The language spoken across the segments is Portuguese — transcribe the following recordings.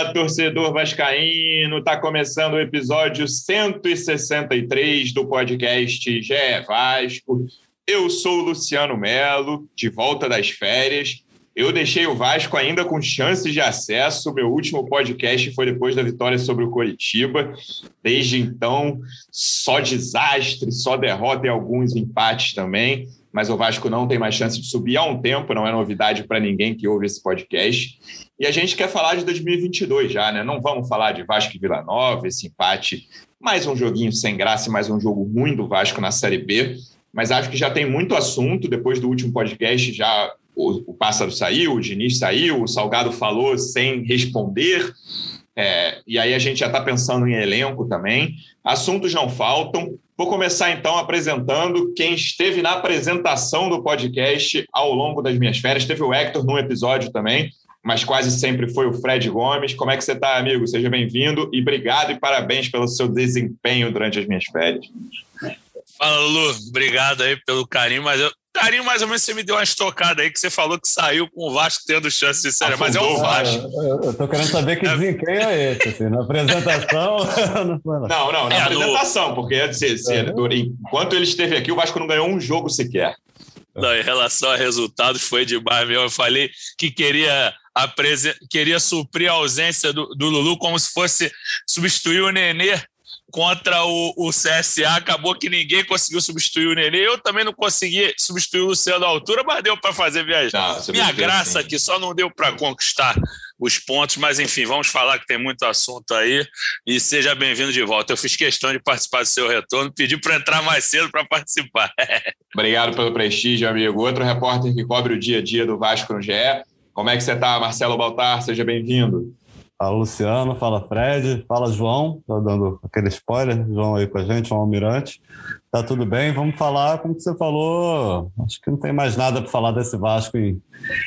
Fala, torcedor vascaíno, está começando o episódio 163 do podcast GE Vasco. Eu sou o Luciano Melo, de volta das férias. Eu deixei o Vasco ainda com chances de acesso. Meu último podcast foi depois da vitória sobre o Coritiba. Desde então, só desastre, só derrota e alguns empates também. Mas o Vasco não tem mais chance de subir há um tempo, não é novidade para ninguém que ouve esse podcast. E a gente quer falar de 2022 já, né? Não vamos falar de Vasco e Vila Nova, esse empate, mais um joguinho sem graça, mais um jogo ruim do Vasco na Série B. Mas acho que já tem muito assunto. Depois do último podcast, já o Pássaro saiu, o Diniz saiu, o Salgado falou sem responder. E aí a gente já está pensando em elenco também. Assuntos não faltam. Vou começar, então, apresentando quem esteve na apresentação do podcast ao longo das minhas férias. Teve o Hector num episódio também, mas quase sempre foi o Fred Gomes. Como é que você está, amigo? Seja bem-vindo e obrigado e parabéns pelo seu desempenho durante as minhas férias. Fala, Lu. Obrigado aí pelo carinho, carinho, mais ou menos, você me deu uma estocada aí, que você falou que saiu com o Vasco tendo chance de série, mas é o Vasco. Eu tô querendo saber que desempenho é esse, assim, na apresentação... Não, na apresentação, porque enquanto ele esteve aqui, o Vasco não ganhou um jogo sequer. Não, em relação a resultados, foi demais mesmo. Eu falei que queria suprir a ausência do Lulu como se fosse substituir o Nenê contra o CSA, acabou que ninguém conseguiu substituir o Nenê. Eu também não consegui substituir o Luciano à altura, mas deu para fazer viajar. Minha graça aqui, só não deu para conquistar os pontos, mas enfim, vamos falar que tem muito assunto aí e seja bem-vindo de volta. Eu fiz questão de participar do seu retorno, pedi para entrar mais cedo para participar. Obrigado pelo prestígio, amigo. Outro repórter que cobre o dia a dia do Vasco no GE. Como é que você está, Marcelo Baltar? Seja bem-vindo. Fala, Luciano. Fala, Fred. Fala, João. Tô dando aquele spoiler. João aí com a gente, João Almirante. Tá tudo bem? Vamos falar, como você falou, acho que não tem mais nada para falar desse Vasco em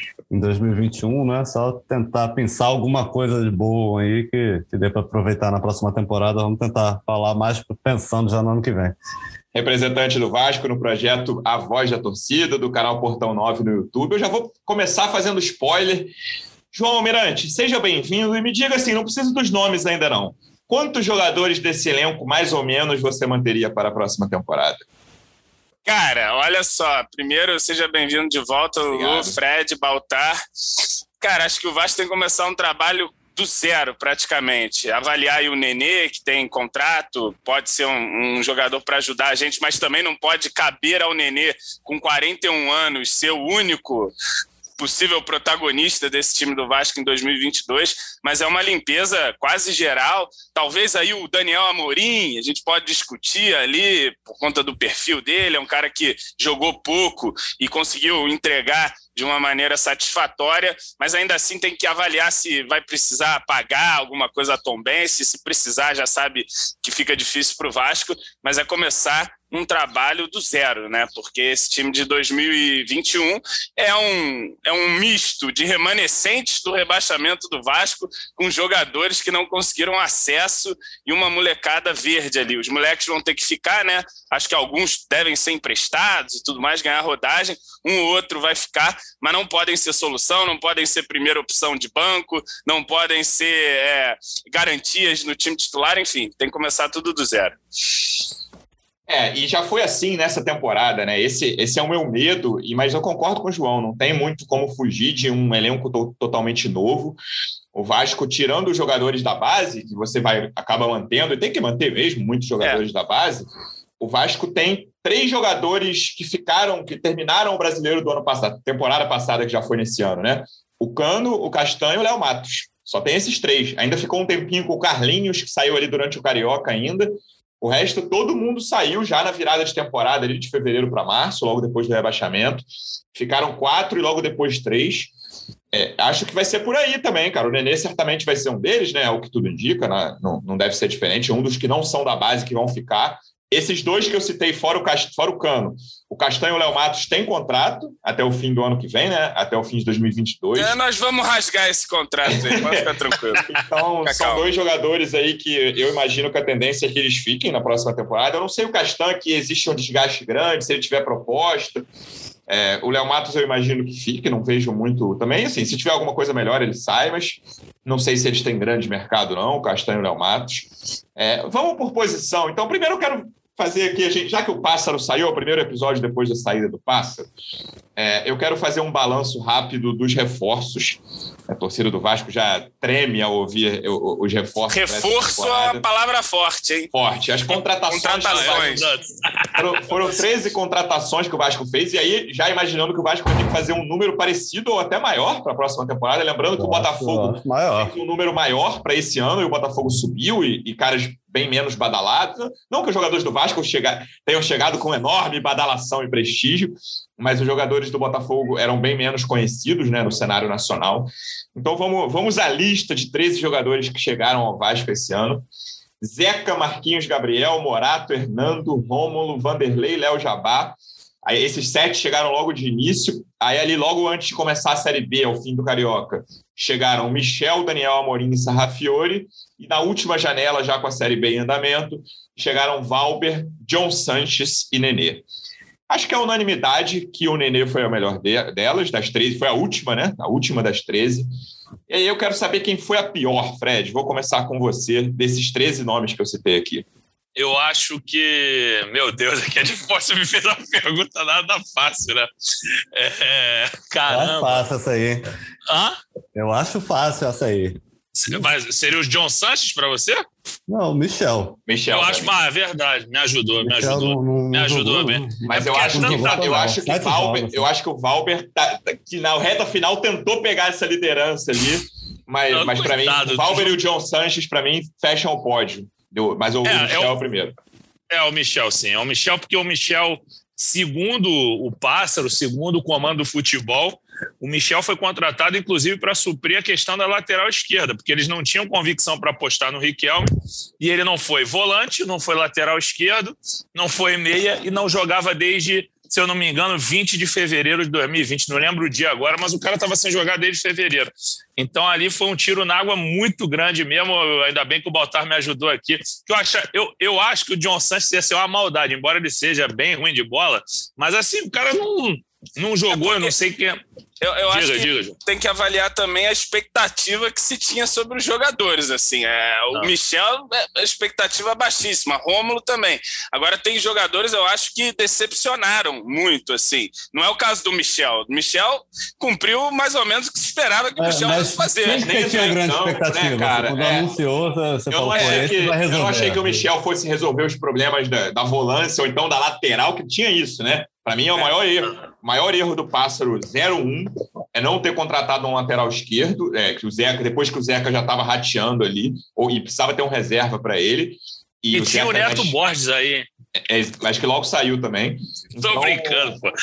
2021, né? Só tentar pensar alguma coisa de boa aí que dê para aproveitar na próxima temporada. Vamos tentar falar mais pensando já no ano que vem. Representante do Vasco no projeto A Voz da Torcida, do canal Portão 9 no YouTube. Eu já vou começar fazendo spoiler. João Almirante, seja bem-vindo e me diga assim, não preciso dos nomes ainda não. Quantos jogadores desse elenco, mais ou menos, você manteria para a próxima temporada? Cara, olha só. Primeiro, seja bem-vindo de volta, Lu, Fred, Baltar. Cara, acho que o Vasco tem que começar um trabalho do zero, praticamente. Avaliar aí o Nenê, que tem contrato, pode ser um jogador para ajudar a gente, mas também não pode caber ao Nenê, com 41 anos, ser o único possível protagonista desse time do Vasco em 2022, mas é uma limpeza quase geral. Talvez aí o Daniel Amorim, a gente pode discutir ali por conta do perfil dele, é um cara que jogou pouco e conseguiu entregar de uma maneira satisfatória, mas ainda assim tem que avaliar se vai precisar pagar alguma coisa a Tombense, se precisar já sabe que fica difícil para o Vasco, mas é começar um trabalho do zero, né? Porque esse time de 2021 é um misto de remanescentes do rebaixamento do Vasco com jogadores que não conseguiram acesso e uma molecada verde ali. Os moleques vão ter que ficar, né? Acho que alguns devem ser emprestados e tudo mais, ganhar rodagem, um ou outro vai ficar, mas não podem ser solução, não podem ser primeira opção de banco, não podem ser garantias no time titular, enfim, tem que começar tudo do zero. E já foi assim nessa temporada, né? Esse é o meu medo, mas eu concordo com o João, não tem muito como fugir de um elenco totalmente novo. O Vasco, tirando os jogadores da base, que você acaba mantendo, e tem que manter mesmo muitos jogadores da base, o Vasco tem 3 jogadores que terminaram o Brasileiro do ano passado, temporada passada que já foi nesse ano, né? O Cano, o Castanho e o Léo Matos. Só tem esses 3. Ainda ficou um tempinho com o Carlinhos, que saiu ali durante o Carioca ainda. O resto, todo mundo saiu já na virada de temporada, ali de fevereiro para março, logo depois do rebaixamento. Ficaram 4 e logo depois 3. Acho que vai ser por aí também, cara. O Nenê certamente vai ser um deles, né? É o que tudo indica, né? Não deve ser diferente. Um dos que não são da base que vão ficar. Esses 2 que eu citei, fora o Cano, o Castanho e o Léo Matos têm contrato até o fim do ano que vem, né? Até o fim de 2022. Nós vamos rasgar esse contrato aí, pode ficar tranquilo. Então, são 2 jogadores aí que eu imagino que a tendência é que eles fiquem na próxima temporada. Eu não sei o Castanho, que existe um desgaste grande, se ele tiver proposta. O Léo Matos eu imagino que fique, não vejo muito também. Assim, se tiver alguma coisa melhor, ele sai, mas não sei se eles têm grande mercado, não, o Castanho e o Léo Matos. Vamos por posição. Então, primeiro eu quero fazer aqui, já que o Pássaro saiu, o primeiro episódio depois da saída do Pássaro, eu quero fazer um balanço rápido dos reforços. A torcida do Vasco já treme ao ouvir os reforços. Reforço é uma palavra forte, hein? Forte. As contratações. Foram 13 contratações que o Vasco fez, e aí já imaginando que o Vasco vai ter que fazer um número parecido ou até maior para a próxima temporada. Lembrando que o Botafogo fez um número maior para esse ano e o Botafogo subiu e caras bem menos badalados. Não que os jogadores do Vasco tenham chegado com enorme badalação e prestígio, mas os jogadores do Botafogo eram bem menos conhecidos, né, no cenário nacional. Então vamos à lista de 13 jogadores que chegaram ao Vasco esse ano. Zeca, Marquinhos, Gabriel, Morato, Hernando, Rômulo, Vanderlei, Léo Jabá. Aí esses 7 chegaram logo de início. Aí ali logo antes de começar a Série B, ao fim do Carioca, chegaram Michel, Daniel Amorim e Sarrafiore. E na última janela, já com a Série B em andamento, chegaram Valber, John Sanches e Nenê. Acho que é unanimidade que o Nenê foi a melhor delas, das 13. Foi a última, né? A última das 13. E aí eu quero saber quem foi a pior, Fred. Vou começar com você, desses 13 nomes que eu citei aqui. Eu acho que... Meu Deus, aqui é difícil, me fez uma pergunta nada fácil, né? Caramba. Eu acho fácil essa aí. Hã? Eu acho fácil essa aí. Mas seria o John Sanches para você? Não, o Michel. Eu acho, é verdade, me ajudou bem. Mas eu acho que o Valber, que na reta final tentou pegar essa liderança ali, mas para mim, o Valber e o John Sanches, para mim, fecham o pódio. Mas o Michel é o primeiro. O Michel, sim. É o Michel, porque o Michel, segundo o Pássaro, segundo o comando do futebol, o Michel foi contratado, inclusive, para suprir a questão da lateral esquerda, porque eles não tinham convicção para apostar no Riquelme, e ele não foi volante, não foi lateral esquerdo, não foi meia e não jogava desde, se eu não me engano, 20 de fevereiro de 2020. Não lembro o dia agora, mas o cara estava sem jogar desde fevereiro. Então, ali foi um tiro na água muito grande mesmo. Ainda bem que o Baltar me ajudou aqui. Eu acho que o John Sanches ia ser uma maldade, embora ele seja bem ruim de bola, mas assim, o cara não jogou, eu não sei quem... Eu acho que tem que avaliar também a expectativa que se tinha sobre os jogadores. Assim. O Michel, a expectativa baixíssima. Rômulo também. Agora, tem jogadores, eu acho, que decepcionaram muito. Assim. Não é o caso do Michel. O Michel cumpriu mais ou menos o que se esperava que o Michel fosse fazer. Nem tinha grande expectativa. Né, cara? Quando anunciou, você falou, vai resolver. Eu não achei que o Michel fosse resolver os problemas da volância ou então da lateral, que tinha isso, né? Para mim é o maior erro. O maior erro do Pássaro 0-1 é não ter contratado um lateral esquerdo, que o Zeca, depois que o Zeca já estava rateando ali, e precisava ter um reserva para ele. E tinha o Neto Borges aí. Mas que logo saiu também. Tô brincando, pô.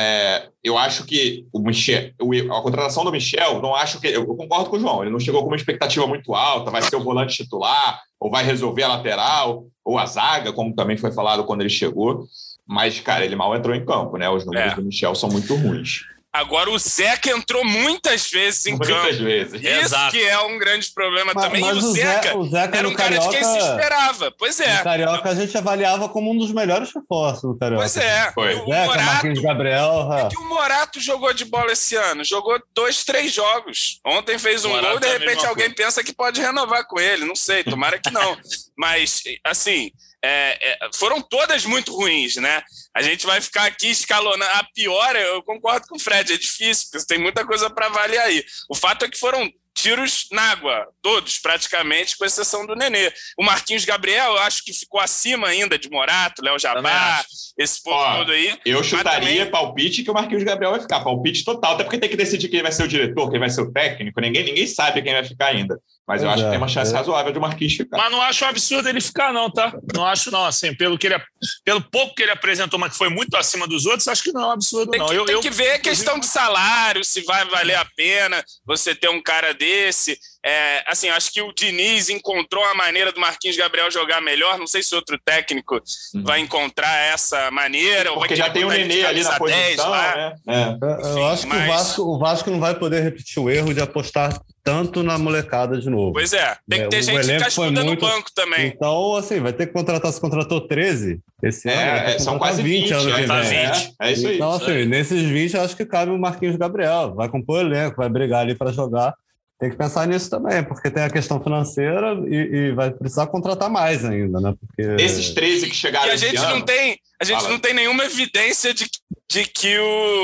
Eu acho que o Michel, a contratação do Michel, não acho que. Eu concordo com o João, ele não chegou com uma expectativa muito alta, vai ser o volante titular, ou vai resolver a lateral, ou a zaga, como também foi falado quando ele chegou. Mas, cara, ele mal entrou em campo, né? Os números do Michel são muito ruins. Agora, o Zeca entrou muitas vezes em campo. Muitas vezes. Isso Exato. Que é um grande problema também. Mas e o Zeca era um cara Carioca, de quem se esperava. Pois é. No Carioca, a gente avaliava como um dos melhores reforços do Carioca. Pois é. O Zeca, Marquinhos, Gabriel... É que o Morato jogou de bola esse ano. Jogou 2, 3 jogos. Ontem fez um gol e, de repente, alguém pensa que pode renovar com ele. Não sei, tomara que não. Mas, assim... foram todas muito ruins, né? A gente vai ficar aqui escalonando. A pior, eu concordo com o Fred, é difícil, porque tem muita coisa para avaliar aí. O fato é que foram tiros na água, todos praticamente, com exceção do Nenê. O Marquinhos Gabriel, eu acho que ficou acima ainda de Morato, Léo Jabá, esse povo todo aí. Eu chutaria palpite que o Marquinhos Gabriel vai ficar, palpite total, até porque tem que decidir quem vai ser o diretor, quem vai ser o técnico, ninguém sabe quem vai ficar ainda. Mas eu acho que tem uma chance razoável de o Marquinhos ficar. Mas não acho um absurdo ele ficar, não, tá? Não acho, não. Assim, pelo pouco que ele apresentou, mas que foi muito acima dos outros, acho que não é um absurdo, não. Tem que ver a questão de salário, se vai valer a pena você ter um cara desse. Assim, acho que o Diniz encontrou a maneira do Marquinhos Gabriel jogar melhor. Não sei se outro técnico vai encontrar essa maneira. Porque já tem o Nenê ali na posição, né? Eu acho que o Vasco não vai poder repetir o erro de apostar tanto na molecada de novo. Pois é, tem que ter gente cascuda no banco também. Então, assim, vai ter que contratar, se contratou 13, Esse ano. São quase 20 anos que vem. É isso aí. Então, assim, nesses 20, eu acho que cabe o Marquinhos Gabriel. Vai compor o elenco, vai brigar ali para jogar. Tem que pensar nisso também, porque tem a questão financeira e vai precisar contratar mais ainda, né? Porque... Esses 13 que chegaram esse ano... A gente não tem nenhuma evidência de que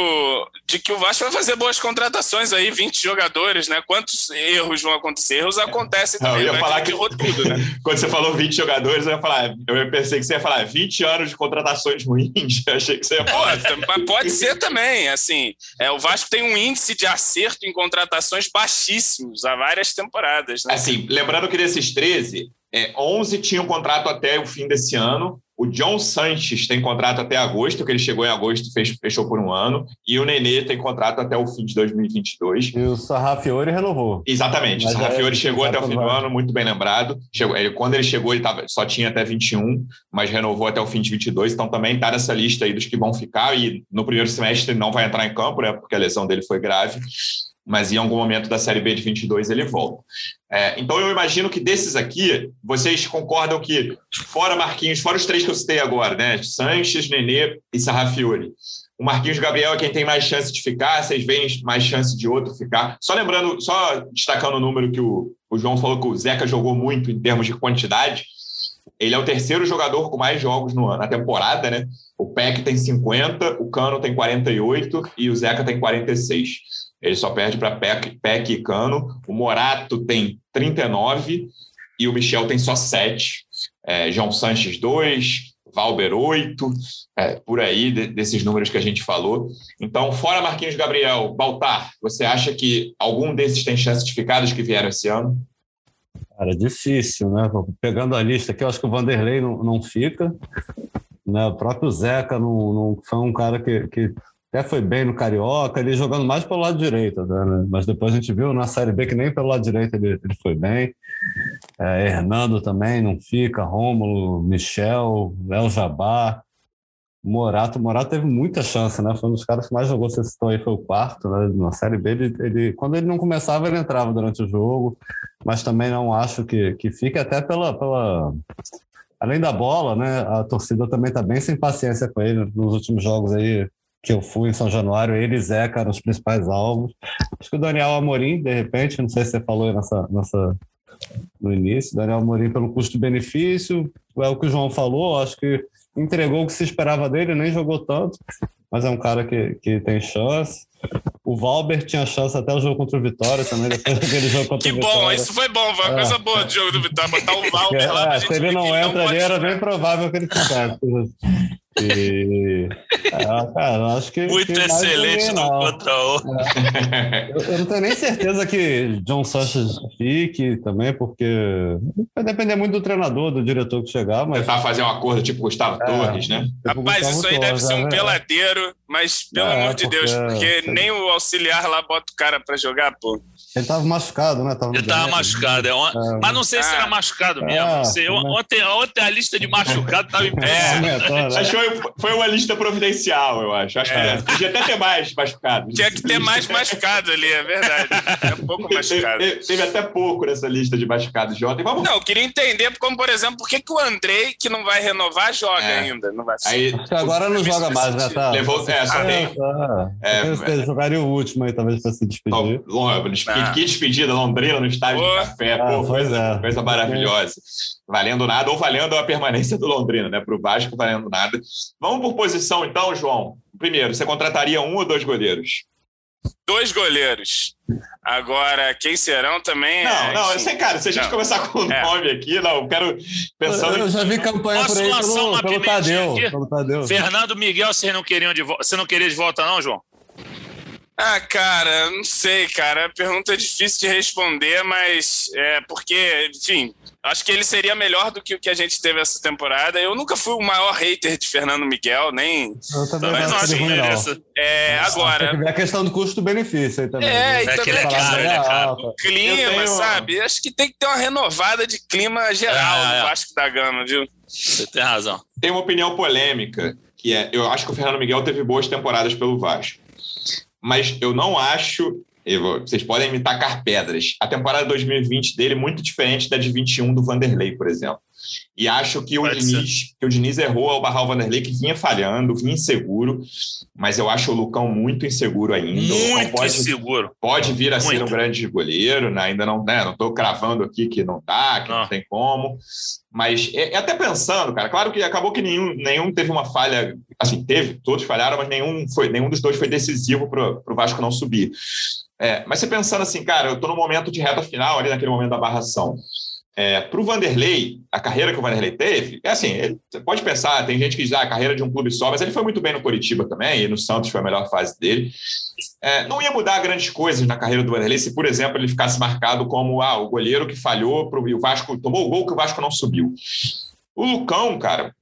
o Vasco vai fazer boas contratações aí, 20 jogadores, né? Quantos erros vão acontecer? Erros acontecem também. Eu ia falar que tudo, né? Quando você falou 20 jogadores, eu pensei que você ia falar 20 anos de contratações ruins. Eu achei que você ia falar. Mas pode ser também, assim. O Vasco tem um índice de acerto em contratações baixíssimos há várias temporadas, né? Assim, lembrando que desses 13, 11 tinham contrato até o fim desse ano. O John Sanches tem contrato até agosto, que ele chegou em agosto e fechou por um ano. E o Nenê tem contrato até o fim de 2022. E o Sarrafiori renovou. Exatamente. Mas o Sarrafiori chegou até o fim do ano, muito bem lembrado. Quando ele chegou, ele só tinha até 21, mas renovou até o fim de 22. Então também está nessa lista aí dos que vão ficar. E no primeiro semestre não vai entrar em campo, né, porque a lesão dele foi grave. Mas em algum momento da Série B de 22 ele volta. Então eu imagino que desses aqui, vocês concordam que, fora Marquinhos, fora os 3 que eu citei agora, né? Sanches, Nenê e Sarrafiori, o Marquinhos Gabriel é quem tem mais chance de ficar, vocês veem mais chance de outro ficar. Só destacando o número que o João falou, que o Zeca jogou muito em termos de quantidade, ele é o terceiro jogador com mais jogos na temporada, né? O Peck tem 50, o Cano tem 48 e o Zeca tem 46. Ele só perde para Peck e Cano. O Morato tem 39 e o Michel tem só 7. João Sanches 2, Valber 8, por aí, desses números que a gente falou. Então, fora Marquinhos Gabriel, Baltar, você acha que algum desses tem chance de ficar dos que vieram esse ano? Cara, é difícil, né? Pegando a lista aqui, eu acho que o Vanderlei não fica. Né? O próprio Zeca não foi um cara que até foi bem no Carioca, ele jogando mais pelo lado direito, né? Mas depois a gente viu na Série B que nem pelo lado direito ele foi bem. Hernando também não fica, Rômulo, Michel, Léo Jabá, Morato teve muita chance, né? Foi um dos caras que mais jogou, você citou aí, foi o quarto, né? Na Série B, ele, quando ele não começava, ele entrava durante o jogo, mas também não acho que fique, até pela... Além da bola, né? A torcida também está bem sem paciência com ele nos últimos jogos aí, que eu fui em São Januário, ele e Zeca eram os principais alvos. Acho que o Daniel Amorim, de repente, não sei se você falou aí no início, Daniel Amorim pelo custo-benefício, é o que o João falou, acho que entregou o que se esperava dele, nem jogou tanto, mas é um cara que tem chance. O Valber tinha chance até o jogo contra o Vitória também, depois daquele jogo contra o Vitória. Que bom, isso foi bom, foi uma coisa boa do jogo do Vitória, botar o Valber lá pra gente. Se ele não entra ali, era bem provável que ele ficasse. Cara, acho que muito excelente no contra o. Eu não tenho nem certeza que John Sanches fique também, porque vai depender muito do treinador, do diretor que chegar. Mas tentar fazer um acordo tipo Gustavo Torres, né? Rapaz, isso aí deve ser um peladeiro, mas pelo amor de Deus, porque nem o auxiliar lá bota o cara pra jogar, pô. Ele tava machucado, né? Ele tava machucado. Mas não sei se era machucado mesmo. Ontem a lista de machucado tava em pé. Acho que foi uma lista providencial, eu acho. Acho que podia até ter mais machucado. Tinha que ter mais machucado ali, é verdade. É pouco machucado. Teve até pouco nessa lista de machucados de ontem. Vamos... Não, eu queria entender, como por exemplo, por que o Andrei, que não vai renovar, joga ainda. Não vai aí, agora não joga mais, né? Tá? Levou, só tem. Ele jogaria o último aí, talvez, para se despedir. Que despedida, Londrina no estádio de Café. Coisa maravilhosa. Valendo nada, ou valendo a permanência do Londrina, né? Para o Vasco, valendo nada. Vamos por posição, então, João. Primeiro, você contrataria 1 ou 2 goleiros? 2 goleiros. Agora, quem serão também? Não, cara, se a gente começar com o nome aqui, eu quero pensando... Eu já vi campanha por aí pelo Tadeu. Fernando Miguel, você não queria de volta não, João? Cara, não sei, cara. A pergunta é difícil de responder, mas porque, enfim, acho que ele seria melhor do que o que a gente teve essa temporada. Eu nunca fui o maior hater de Fernando Miguel, nem... Eu também não acho ruim, não. Agora... A questão do custo-benefício aí também. E também ele é caro, né, cara? O clima, sabe? Acho que tem que ter uma renovada de clima geral no Vasco da Gama, viu? Você tem razão. Tem uma opinião polêmica, que eu acho que o Fernando Miguel teve boas temporadas pelo Vasco. Mas eu não acho... Vocês podem me tacar pedras. A temporada 2020 dele é muito diferente da de 21 do Vanderlei, por exemplo. E acho que o Diniz errou ao barrar o Vanderlei, que vinha falhando, vinha inseguro, mas eu acho o Lucão muito inseguro ainda. Muito inseguro. Pode vir a ser um grande goleiro, né? Ainda não, né? Não estou cravando aqui que não dá, que não tem como. Mas até pensando, cara, claro que acabou que nenhum teve uma falha, assim, todos falharam, mas nenhum dos dois foi decisivo para o Vasco não subir. Mas você pensando assim, cara, eu estou no momento de reta final, ali naquele momento da barração. Para o Vanderlei, a carreira que o Vanderlei teve, você pode pensar, tem gente que diz a carreira de um clube só, mas ele foi muito bem no Coritiba também, e no Santos foi a melhor fase dele. Não ia mudar grandes coisas na carreira do Vanderlei se, por exemplo, ele ficasse marcado como o goleiro que falhou e o Vasco tomou o gol que o Vasco não subiu. O Lucão, cara,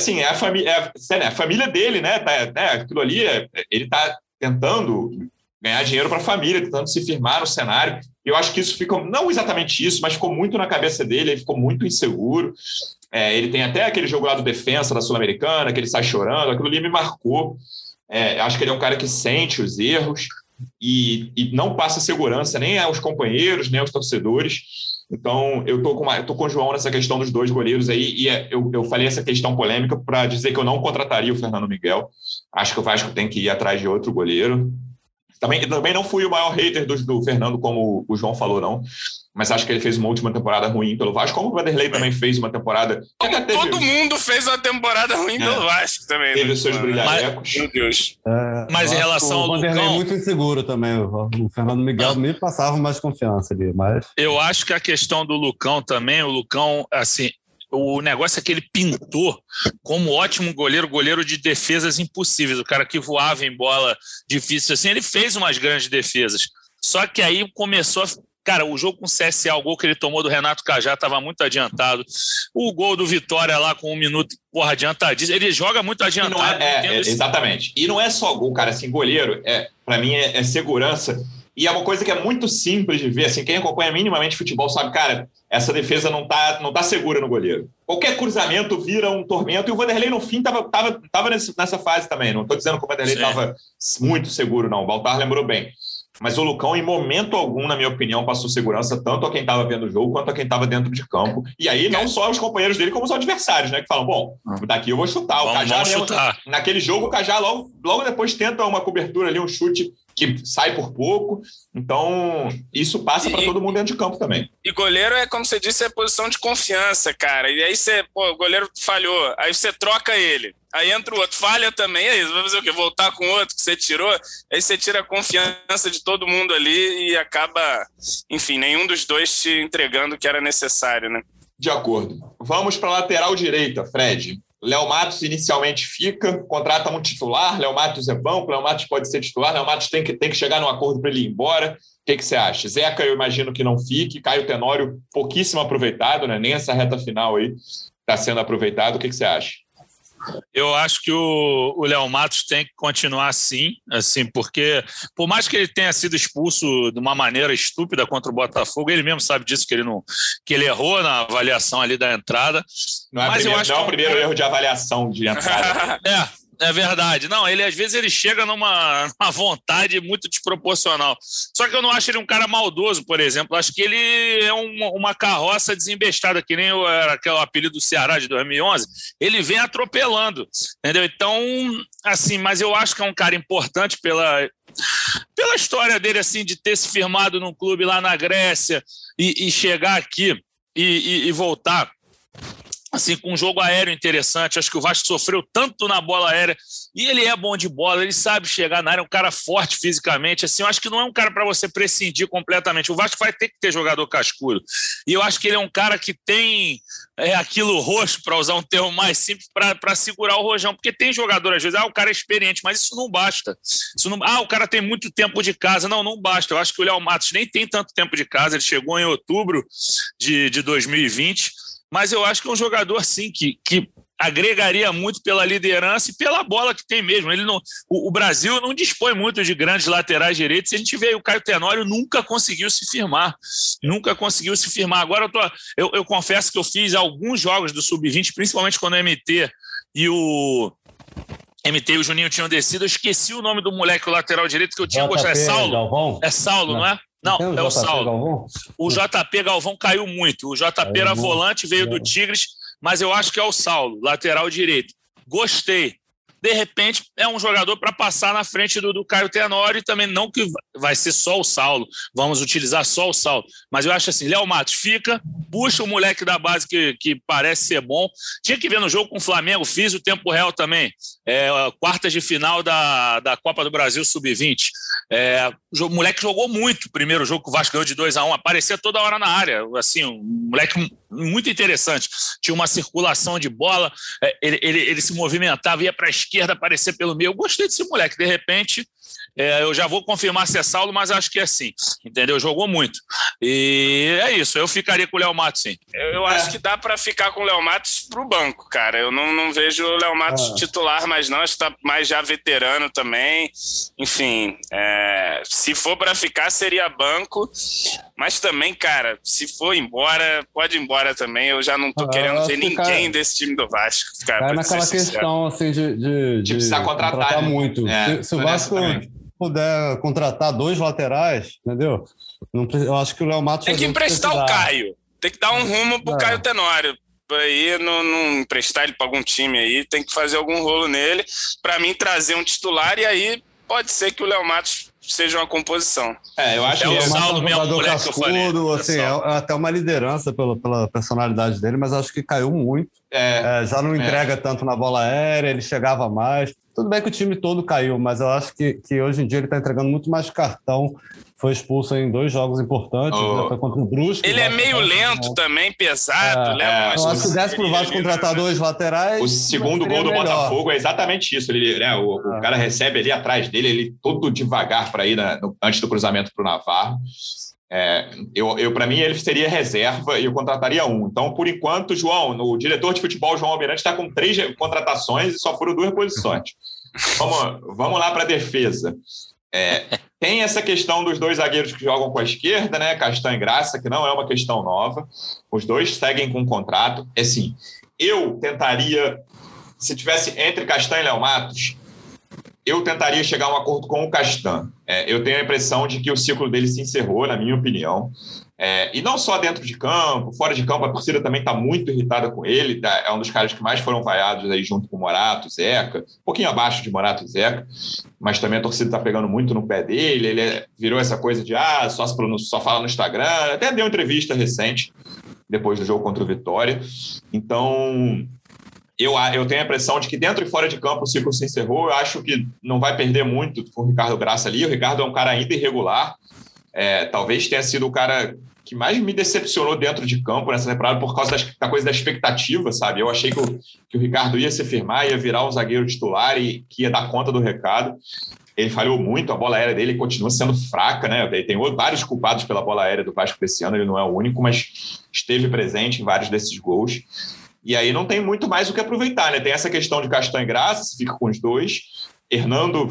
a família dele, né? Aquilo ali, ele está tentando ganhar dinheiro para a família, tentando se firmar no cenário. E eu acho que isso ficou, não exatamente isso, mas ficou muito na cabeça dele, ele ficou muito inseguro. Ele tem até aquele jogo lá do Defensa da Sul-Americana, que ele sai chorando, aquilo ali me marcou. Acho que ele é um cara que sente os erros e não passa segurança nem aos companheiros, nem aos torcedores. Então, eu tô com o João nessa questão dos dois goleiros aí, e eu falei essa questão polêmica para dizer que eu não contrataria o Fernando Miguel. Acho que o Vasco tem que ir atrás de outro goleiro. Também não fui o maior hater do Fernando, como o João falou, não. Mas acho que ele fez uma última temporada ruim pelo Vasco, como o Vanderlei também fez uma temporada... Todo mundo fez uma temporada ruim pelo Vasco também. Teve os seus brilharecos. Meu Deus. Mas em relação ao Lucão... O Vanderlei é muito inseguro também. O Fernando Miguel me passava mais confiança ali, mas... Eu acho que a questão do Lucão também, o Lucão, assim... O negócio é que ele pintou como ótimo goleiro de defesas impossíveis. O cara que voava em bola difícil assim, ele fez umas grandes defesas. Só que aí começou a... Cara, o jogo com o CSA, o gol que ele tomou do Renato Cajá estava muito adiantado. O gol do Vitória lá com 1 minuto, adiantadíssimo. Ele joga muito adiantado. Exatamente. E não é só gol, cara. Assim, goleiro, para mim, é segurança. E é uma coisa que é muito simples de ver. Assim, quem acompanha minimamente futebol sabe, cara, essa defesa não tá segura no goleiro. Qualquer cruzamento vira um tormento. E o Vanderlei, no fim, estava nessa fase também. Não estou dizendo que o Vanderlei estava muito seguro, não. O Baltar lembrou bem. Mas o Lucão, em momento algum, na minha opinião, passou segurança tanto a quem estava vendo o jogo quanto a quem estava dentro de campo. E aí, não só os companheiros dele, como os adversários, né? Que falam, bom, daqui eu vou chutar. O Cajá mesmo, naquele jogo, o Cajá logo depois tenta uma cobertura ali, um chute que sai por pouco. Então, isso passa para todo mundo dentro de campo também. E goleiro como você disse, é posição de confiança, cara. E aí o goleiro falhou, aí você troca ele. Aí entra o outro, falha também, é isso, vai fazer o quê? Voltar com o outro que você tirou? Aí você tira a confiança de todo mundo ali e acaba, enfim, nenhum dos dois te entregando o que era necessário, né? De acordo. Vamos para a lateral direita, Fred. Léo Matos inicialmente fica, contrata um titular, Léo Matos é banco, Léo Matos pode ser titular, Léo Matos tem que chegar num acordo para ele ir embora. O que você acha? Zeca, eu imagino que não fique, Caio Tenório, pouquíssimo aproveitado, né? Nem essa reta final aí está sendo aproveitado. O que você acha? Eu acho que o Léo Matos tem que continuar assim, porque por mais que ele tenha sido expulso de uma maneira estúpida contra o Botafogo, ele mesmo sabe disso, que ele errou na avaliação ali da entrada. Não é o primeiro erro de avaliação de entrada. É verdade. Não, ele às vezes ele chega numa vontade muito desproporcional. Só que eu não acho ele um cara maldoso, por exemplo. Acho que ele é uma carroça desembestada, que nem aquele apelido do Ceará de 2011. Ele vem atropelando, entendeu? Então, assim, mas eu acho que é um cara importante pela história dele, assim, de ter se firmado num clube lá na Grécia e chegar aqui e voltar assim, com um jogo aéreo interessante. Acho que o Vasco sofreu tanto na bola aérea e ele é bom de bola, ele sabe chegar na área, é um cara forte fisicamente, assim, eu acho que não é um cara para você prescindir completamente. O Vasco vai ter que ter jogador cascudo e eu acho que ele é um cara que tem aquilo roxo, para usar um termo mais simples, para segurar o rojão, porque tem jogador às vezes, o cara é experiente, mas isso não basta. O cara tem muito tempo de casa, não basta. Eu acho que o Léo Matos nem tem tanto tempo de casa, ele chegou em outubro de 2020, mas eu acho que é um jogador, sim, que agregaria muito pela liderança e pela bola que tem mesmo. O Brasil não dispõe muito de grandes laterais direitos. Se a gente vê, o Caio Tenório nunca conseguiu se firmar. Agora eu confesso que eu fiz alguns jogos do Sub-20, principalmente quando o MT e o Juninho tinham descido. Eu esqueci o nome do moleque, o lateral direito, que eu tinha gostado. É Saulo? Galvão? É Saulo, não é? Não, é o Saulo. Galvão? O JP Galvão caiu muito. O JP era volante, veio do Tigres, mas eu acho que é o Saulo, lateral direito. Gostei. De repente, é um jogador para passar na frente do Caio Tenório, e também não que vai ser só o Saulo, vamos utilizar só o Saulo, mas eu acho assim, Léo Matos fica, puxa o moleque da base que parece ser bom, tinha que ver no jogo com o Flamengo, fiz o tempo real também, quartas de final da Copa do Brasil Sub-20, o moleque jogou muito o primeiro jogo que o Vasco ganhou de 2-1, aparecia toda hora na área, assim, um moleque muito interessante, tinha uma circulação de bola, ele se movimentava, ia para a esquerda, aparecer pelo meio. Eu gostei desse moleque. De repente, eu já vou confirmar se é Saulo, mas acho que é assim. Entendeu? Jogou muito. E é isso. Eu ficaria com o Léo Matos, sim. Eu acho que dá para ficar com o Léo Matos pro banco, cara. Eu não vejo o Léo Matos titular mais não. Acho que tá mais já veterano também. Enfim, se for para ficar, seria banco. Mas também, cara, se for embora, pode ir embora também. Eu já não tô querendo ver ninguém desse time do Vasco. Cara, naquela questão assim de precisar contratar muito. Se o Vasco puder contratar 2 laterais, entendeu? Eu acho que o Léo Matos... Tem que emprestar o Caio. Tem que dar um rumo pro Caio Tenório. Aí não emprestar ele para algum time aí. Tem que fazer algum rolo nele. Para mim, trazer um titular, e aí pode ser que o Léo Matos seja uma composição. Eu acho que o Saulo mesmo, um moleque cascudo, assim, até uma liderança pela personalidade dele, mas acho que caiu muito. Já não entrega tanto na bola aérea, ele chegava mais. Tudo bem que o time todo caiu, mas eu acho que hoje em dia ele está entregando muito mais cartão. Foi expulso em 2 jogos importantes, foi contra o Brusque. Ele é meio lento também, pesado. Eu acho que desse pro Vasco contratar 2 laterais. O segundo gol do Botafogo é exatamente isso. Ele, o cara recebe ali atrás dele, ele todo devagar para ir antes do cruzamento para o Navarro. Para mim, ele seria reserva e eu contrataria um. Então, por enquanto, João, o diretor de futebol, João Almirante, está com 3 contratações e só foram 2 reposições. Vamos lá para a defesa. Tem essa questão dos 2 zagueiros que jogam com a esquerda, né? Castan e Graça, que não é uma questão nova. Os 2 seguem com contrato. Assim, eu tentaria, se tivesse entre Castan e Léo Matos, eu tentaria chegar a um acordo com o Castan. Eu tenho a impressão de que o ciclo dele se encerrou, na minha opinião. E não só dentro de campo, fora de campo, a torcida também está muito irritada com ele. É um dos caras que mais foram vaiados aí junto com o Morato, Zeca, um pouquinho abaixo de Morato e Zeca, mas também a torcida está pegando muito no pé dele. Ele virou essa coisa de só fala no Instagram, até deu entrevista recente, depois do jogo contra o Vitória. Então, eu tenho a impressão de que dentro e fora de campo o ciclo se encerrou. Eu acho que não vai perder muito com o Ricardo Graça ali. O Ricardo é um cara ainda irregular. Talvez tenha sido o cara que mais me decepcionou dentro de campo nessa temporada por causa da coisa da expectativa, sabe? Eu achei que o Ricardo ia se firmar, ia virar um zagueiro titular e que ia dar conta do recado. Ele falhou muito, a bola aérea dele continua sendo fraca, né? Tem vários culpados pela bola aérea do Vasco desse ano, ele não é o único, mas esteve presente em vários desses gols. E aí não tem muito mais o que aproveitar, né? Tem essa questão de Castan e Graça, se fica com os 2. Hernando,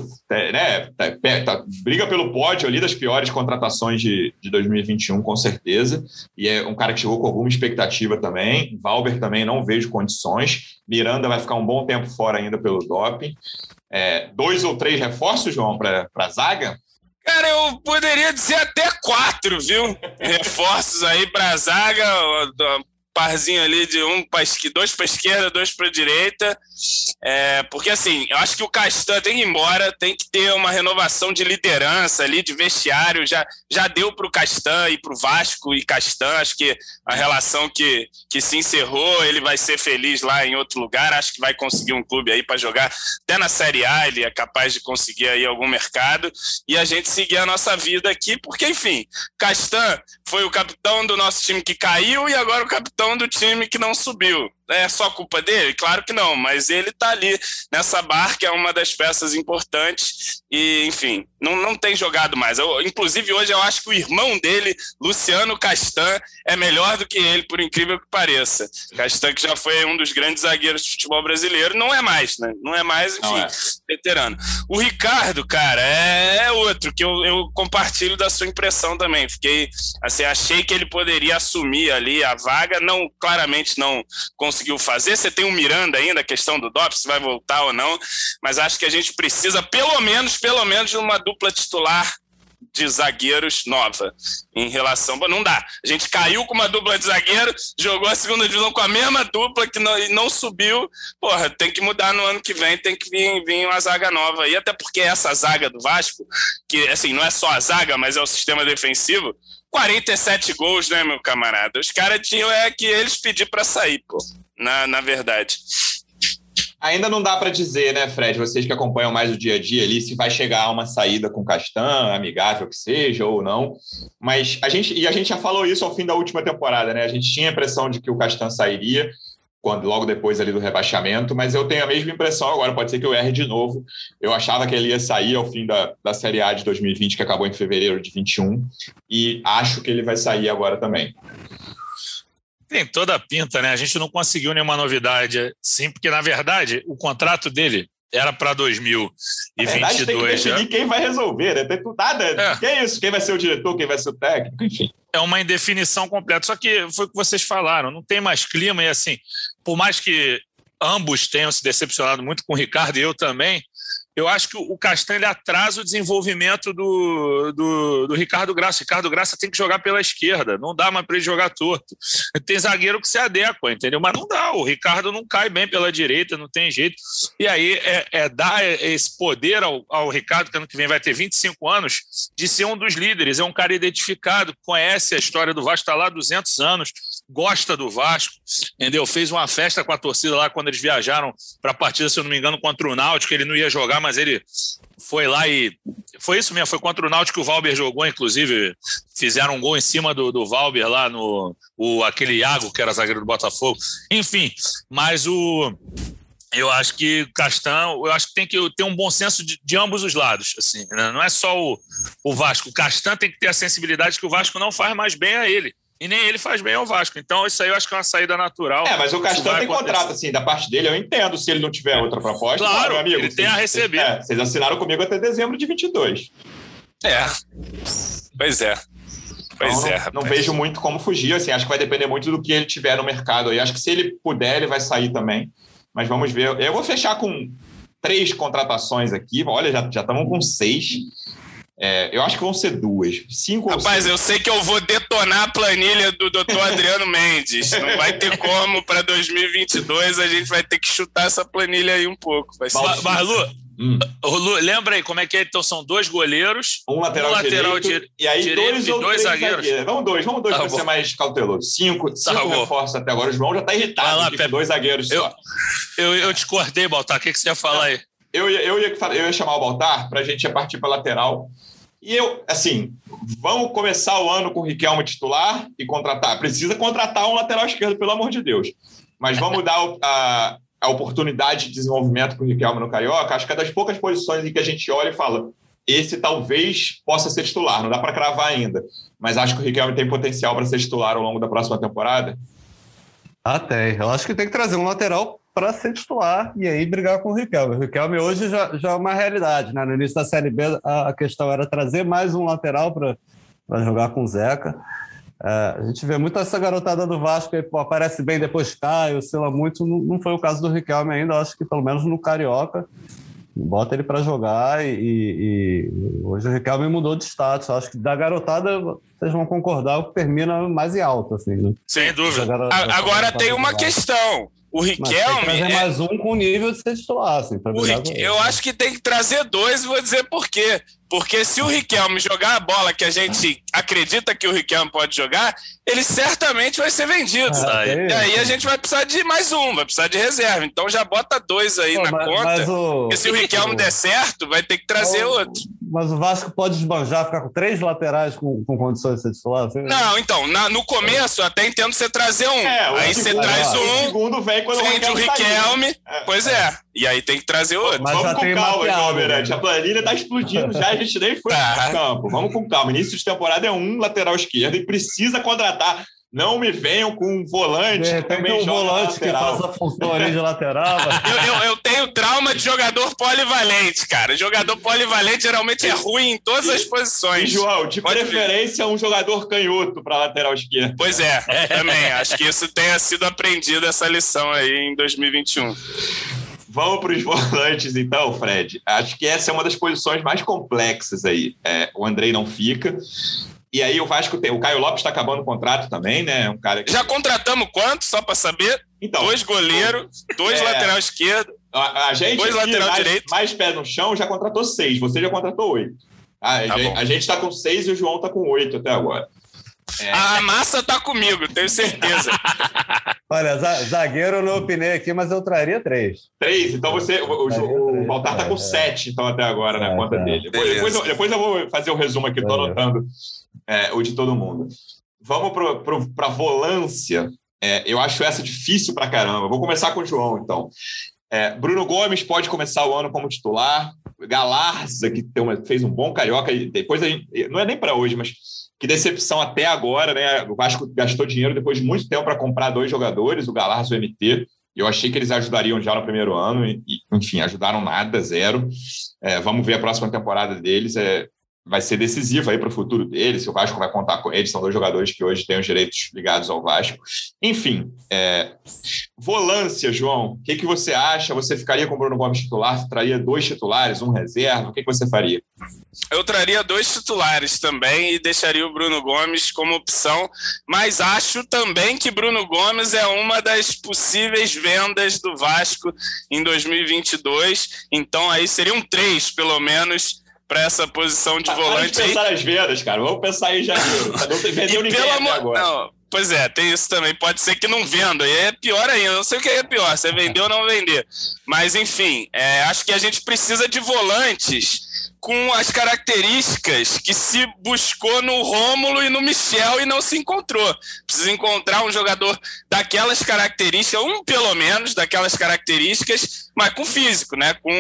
briga pelo pódio ali das piores contratações de 2021, com certeza. E é um cara que chegou com alguma expectativa também. Valber também não vejo condições. Miranda vai ficar um bom tempo fora ainda pelo doping. 2 ou 3 reforços, João, para a zaga? Cara, eu poderia dizer até 4, viu? Reforços aí para a zaga. Parzinho ali de 2 para a esquerda, 2 para a direita. Porque assim, eu acho que o Castan tem que ir embora, tem que ter uma renovação de liderança ali, de vestiário. Já deu para o Castan e para o Vasco e Castan. Acho que a relação que se encerrou, ele vai ser feliz lá em outro lugar. Acho que vai conseguir um clube aí para jogar até na Série A. Ele é capaz de conseguir aí algum mercado e a gente seguir a nossa vida aqui, porque enfim, Castan foi o capitão do nosso time que caiu e agora o capitão do time que não subiu. É só culpa dele? Claro que não, mas ele está ali nessa barca, é uma das peças importantes e, enfim, não tem jogado mais. Inclusive, hoje eu acho que o irmão dele, Luciano Castan, é melhor do que ele, por incrível que pareça. Castan, que já foi um dos grandes zagueiros do futebol brasileiro, não é mais, né? Não é mais, enfim, veterano. O Ricardo, cara, é outro que eu compartilho da sua impressão também. Fiquei, assim, achei que ele poderia assumir ali a vaga, claramente não conseguiu fazer. Você tem o Miranda ainda, a questão do doping, se vai voltar ou não, mas acho que a gente precisa pelo menos de uma dupla titular de zagueiros nova em relação... Não dá. A gente caiu com uma dupla de zagueiro, jogou a segunda divisão com a mesma dupla que não subiu. Porra, tem que mudar no ano que vem, tem que vir uma zaga nova aí, até porque essa zaga do Vasco, que assim, não é só a zaga, mas é o sistema defensivo, 47 gols, né, meu camarada? Os caras tinham que eles pedir para sair, pô, na verdade. Ainda não dá para dizer, né, Fred, vocês que acompanham mais o dia a dia ali, se vai chegar a uma saída com o Castan, amigável que seja ou não, mas a gente já falou isso ao fim da última temporada, né, a gente tinha a impressão de que o Castan sairia logo depois ali do rebaixamento, mas eu tenho a mesma impressão agora, pode ser que eu erre de novo, eu achava que ele ia sair ao fim da Série A de 2020, que acabou em fevereiro de 21, e acho que ele vai sair agora também. Tem toda a pinta, né? A gente não conseguiu nenhuma novidade, sim, porque, na verdade, o contrato dele era para 2022. Na verdade, tem que definir quem vai resolver, né? Tem nada. Que é isso? Quem vai ser o diretor, quem vai ser o técnico, enfim. É uma indefinição completa. Só que foi o que vocês falaram, não tem mais clima e, assim, por mais que ambos tenham se decepcionado muito com o Ricardo e eu também, eu acho que o Castan ele atrasa o desenvolvimento do Ricardo Graça. O Ricardo Graça tem que jogar pela esquerda, não dá mais para ele jogar torto. Tem zagueiro que se adequa, entendeu? Mas não dá, o Ricardo não cai bem pela direita, não tem jeito. E aí dar esse poder ao Ricardo, que ano que vem vai ter 25 anos, de ser um dos líderes. É um cara identificado, conhece a história do Vasco, está lá há 200 anos, gosta do Vasco, entendeu? Fez uma festa com a torcida lá quando eles viajaram para a partida, se eu não me engano, contra o Náutico, ele não ia jogar, mas ele foi lá e... Foi isso mesmo, foi contra o Náutico que o Valber jogou, inclusive fizeram um gol em cima do Valber lá aquele Iago, que era zagueiro do Botafogo. Enfim, mas eu acho que o Castan, eu acho que tem que ter um bom senso de ambos os lados, assim, né? Não é só o Vasco, o Castan tem que ter a sensibilidade que o Vasco não faz mais bem a ele. E nem ele faz bem ao Vasco. Então, isso aí eu acho que é uma saída natural. Mas o Castan tem contrato, assim, da parte dele, eu entendo se ele não tiver outra proposta. Claro, meu amigo, ele tem a receber. Vocês assinaram comigo até dezembro de 22. Pois é. Não vejo muito como fugir, assim, acho que vai depender muito do que ele tiver no mercado aí. Acho que se ele puder, ele vai sair também. Mas vamos ver. Eu vou fechar com 3 contratações aqui. Olha, já estamos com 6. Eu acho que vão ser 2. 5 ou 6. Rapaz, eu sei que eu vou detonar a planilha do Dr. Adriano Mendes. Não vai ter como para 2022, a gente vai ter que chutar essa planilha aí um pouco. Mas, Lu, lembra aí como é que é? Então são 2 goleiros, um lateral direito, e aí 2 ou 3 zagueiros. Vamos 2 para ser mais cauteloso. 5 reforços até agora. O João já está irritado lá, com 2 zagueiros só. Eu discordei, Baltar. O que você ia falar aí? Eu ia chamar o Baltar para a gente partir para a lateral. E vamos começar o ano com o Riquelme titular e contratar. Precisa contratar um lateral esquerdo, pelo amor de Deus. Mas vamos dar a oportunidade de desenvolvimento para o Riquelme no Carioca. Acho que é das poucas posições em que a gente olha e fala, esse talvez possa ser titular. Não dá para cravar ainda. Mas acho que o Riquelme tem potencial para ser titular ao longo da próxima temporada. Tem. Eu acho que tem que trazer um lateral para ser titular e aí brigar com o Riquelme. O Riquelme hoje já é uma realidade, né? No início da Série B, a questão era trazer mais um lateral para jogar com o Zeca. A gente vê muito essa garotada do Vasco que aparece bem, depois cai, oscila muito. Não foi o caso do Riquelme ainda. Eu acho que pelo menos no Carioca bota ele para jogar e hoje o Riquelme mudou de status. Eu acho que da garotada vocês vão concordar, o que termina mais em alto, assim, né? Sem dúvida. Agora tem uma questão. O Riquelme... Mas tem que trazer mais um com nível de ser titular, assim, eu acho que tem que trazer 2 e vou dizer por quê. Porque se o Riquelme jogar a bola que a gente acredita que o Riquelme pode jogar, ele certamente vai ser vendido. E aí a gente vai precisar de mais vai precisar de reserva. Então já bota 2 aí na conta. Porque se o Riquelme der certo, vai ter que trazer outro. Mas o Vasco pode esbanjar, ficar com 3 laterais com condições de ser titular? Assim? Não, então, no começo eu até entendo você trazer um. Aí você traz um, o segundo vem quando vende o Riquelme. Pois é. E aí tem que trazer outro. Mas vamos com calma, João Almirante. A planilha tá explodindo já, a gente nem foi pro campo. Vamos com calma. Início de temporada é um lateral esquerdo e precisa contratar. Não me venham com um volante que também joga volante que faz a função ali de lateral. eu tenho trauma de jogador polivalente, cara. Jogador polivalente geralmente é ruim em todas as posições. E, João, de preferência um jogador canhoto para lateral esquerdo. Pois é, também. Acho que isso tenha sido aprendido, essa lição aí em 2021. Vamos para os volantes, então, Fred. Acho que essa é uma das posições mais complexas aí. O Andrei não fica. E aí o Vasco tem... O Caio Lopes está acabando o contrato também, né? Um cara que... Já contratamos quanto, só para saber? Então, 2 goleiros, 2 lateral esquerdo, a gente 2 lateral direito. Mais pé no chão já contratou 6. Você já contratou 8. A gente está com 6 e o João está com 8 até agora. A massa tá comigo, tenho certeza. Olha, zagueiro eu não opinei aqui, mas eu traria 3. 3? Então o Baltar tá com 7 então, até agora na conta dele. Depois eu vou fazer o resumo aqui, estou anotando o de todo mundo. Vamos para a volância. Eu acho essa difícil pra caramba. Vou começar com o João, então. Bruno Gomes pode começar o ano como titular. Galarza, que fez um bom carioca. Depois não é nem para hoje, mas que decepção até agora, né? O Vasco gastou dinheiro depois de muito tempo para comprar 2 jogadores, o Galarza e o MT. Eu achei que eles ajudariam já no primeiro ano e enfim, ajudaram nada, 0. Vamos ver a próxima temporada deles. Vai ser decisiva aí para o futuro deles, se o Vasco vai contar com eles. São 2 jogadores que hoje têm os direitos ligados ao Vasco. Enfim, volância, João, o que você acha? Você ficaria com o Bruno Gomes titular? Traria 2 titulares, 1 reserva? O que você faria? Eu traria 2 titulares também e deixaria o Bruno Gomes como opção, mas acho também que Bruno Gomes é uma das possíveis vendas do Vasco em 2022, então aí seriam 3, pelo menos, para essa posição de volante. Vamos pensar nas vendas, cara. Vamos pensar aí em janeiro. Não vendeu ninguém até agora. Não, pois tem isso também. Pode ser que não venda. E é pior ainda. Não sei o que é pior, se é vender ou não vender. Mas, enfim, acho que a gente precisa de volantes com as características que se buscou no Rômulo e no Michel e não se encontrou. Precisa encontrar um jogador daquelas características, pelo menos daquelas características, mas com físico, né? Com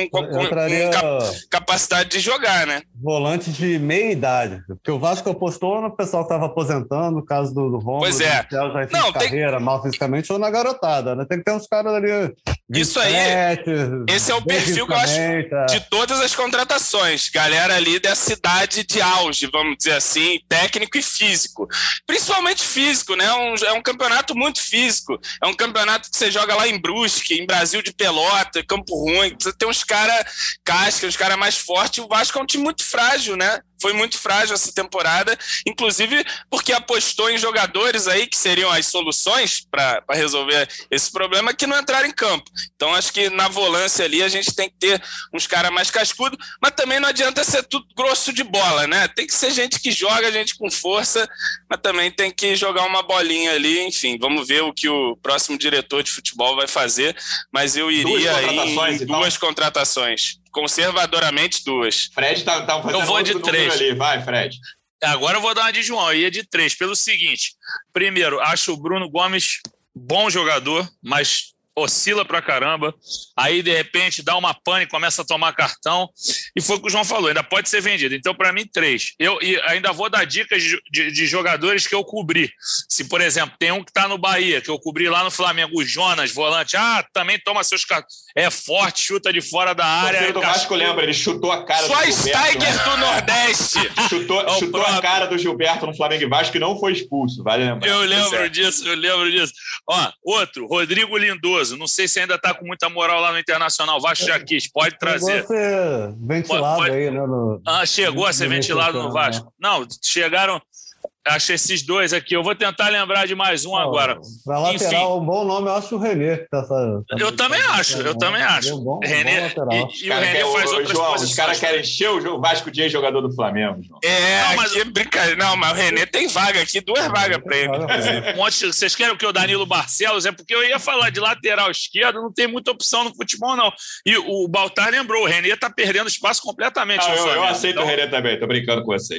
capacidade de jogar, né? Volantes de meia idade. Porque o Vasco apostou no pessoal que estava aposentando, no caso do Rômulo. Pois é. Já fez carreira mal fisicamente ou na garotada, né? Tem que ter uns caras ali... 27, isso aí, esse é o perfil que eu acho de todas as contratações. Galera ali dessa idade de auge, vamos dizer assim, técnico e físico. Principalmente físico, né? É um campeonato muito físico. É um campeonato que você joga lá em Brusque, em Brasil de Pelota, Campo Ruim. Você tem uns caras casca, uns caras mais fortes. O Vasco é um time muito frágil, né? Foi muito frágil essa temporada, inclusive porque apostou em jogadores aí que seriam as soluções para resolver esse problema que não entraram em campo. Então acho que na volância ali a gente tem que ter uns caras mais cascudos, mas também não adianta ser tudo grosso de bola, né? Tem que ser gente que joga, gente com força, mas também tem que jogar uma bolinha ali. Enfim, vamos ver o que o próximo diretor de futebol vai fazer, mas eu iria em 2 contratações. Conservadoramente 2. Fred tá fazendo eu vou de 3 ali. Vai, Fred. Agora eu vou dar uma de João. Eu ia de 3. Pelo seguinte: primeiro, acho o Bruno Gomes bom jogador, mas oscila pra caramba. Aí, de repente, dá uma pane e começa a tomar cartão. E foi o que o João falou, ainda pode ser vendido. Então, para mim, 3. Eu ainda vou dar dicas de jogadores que eu cobri. Se, por exemplo, tem um que está no Bahia, que eu cobri lá no Flamengo, o Jonas, volante. Também toma seus cartões. É forte, chuta de fora da área. O do Vasco lembra, ele chutou a cara do Gilberto. Schweinsteiger do Nordeste. chutou a cara do Gilberto no Flamengo e Vasco e não foi expulso, vale lembrar. Eu lembro disso. Outro, Rodrigo Lindoso. Não sei se ainda está com muita moral lá no Internacional. Vasco já quis, pode trazer. Chegou a ser ventilado aí, né? Chegou a ser ventilado no Vasco. Não, chegaram... Acho esses 2 aqui. Eu vou tentar lembrar de mais um agora. Para lateral, um bom nome, eu acho o René. Eu também acho. René, e o René faz outras João, posições. Os caras querem encher o Vasco de jogador do Flamengo, João. Mas é brincadeira. Não, mas o René tem vaga aqui, 2 vagas para ele. Vocês querem que o Danilo Barcelos? É porque eu ia falar de lateral esquerdo, não tem muita opção no futebol, não. E o Baltar lembrou, o René está perdendo espaço completamente no Flamengo. Eu aceito o René também, tô brincando com vocês.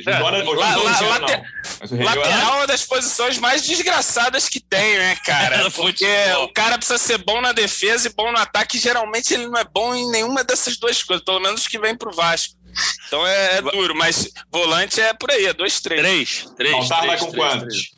Lateral é uma das posições mais desgraçadas que tem, né, cara? Porque o cara precisa ser bom na defesa e bom no ataque. Geralmente ele não é bom em nenhuma dessas 2 coisas, pelo menos que vem pro Vasco. Então é duro, mas volante é por aí, é 2, 3. 3. Baltar vai com quantos?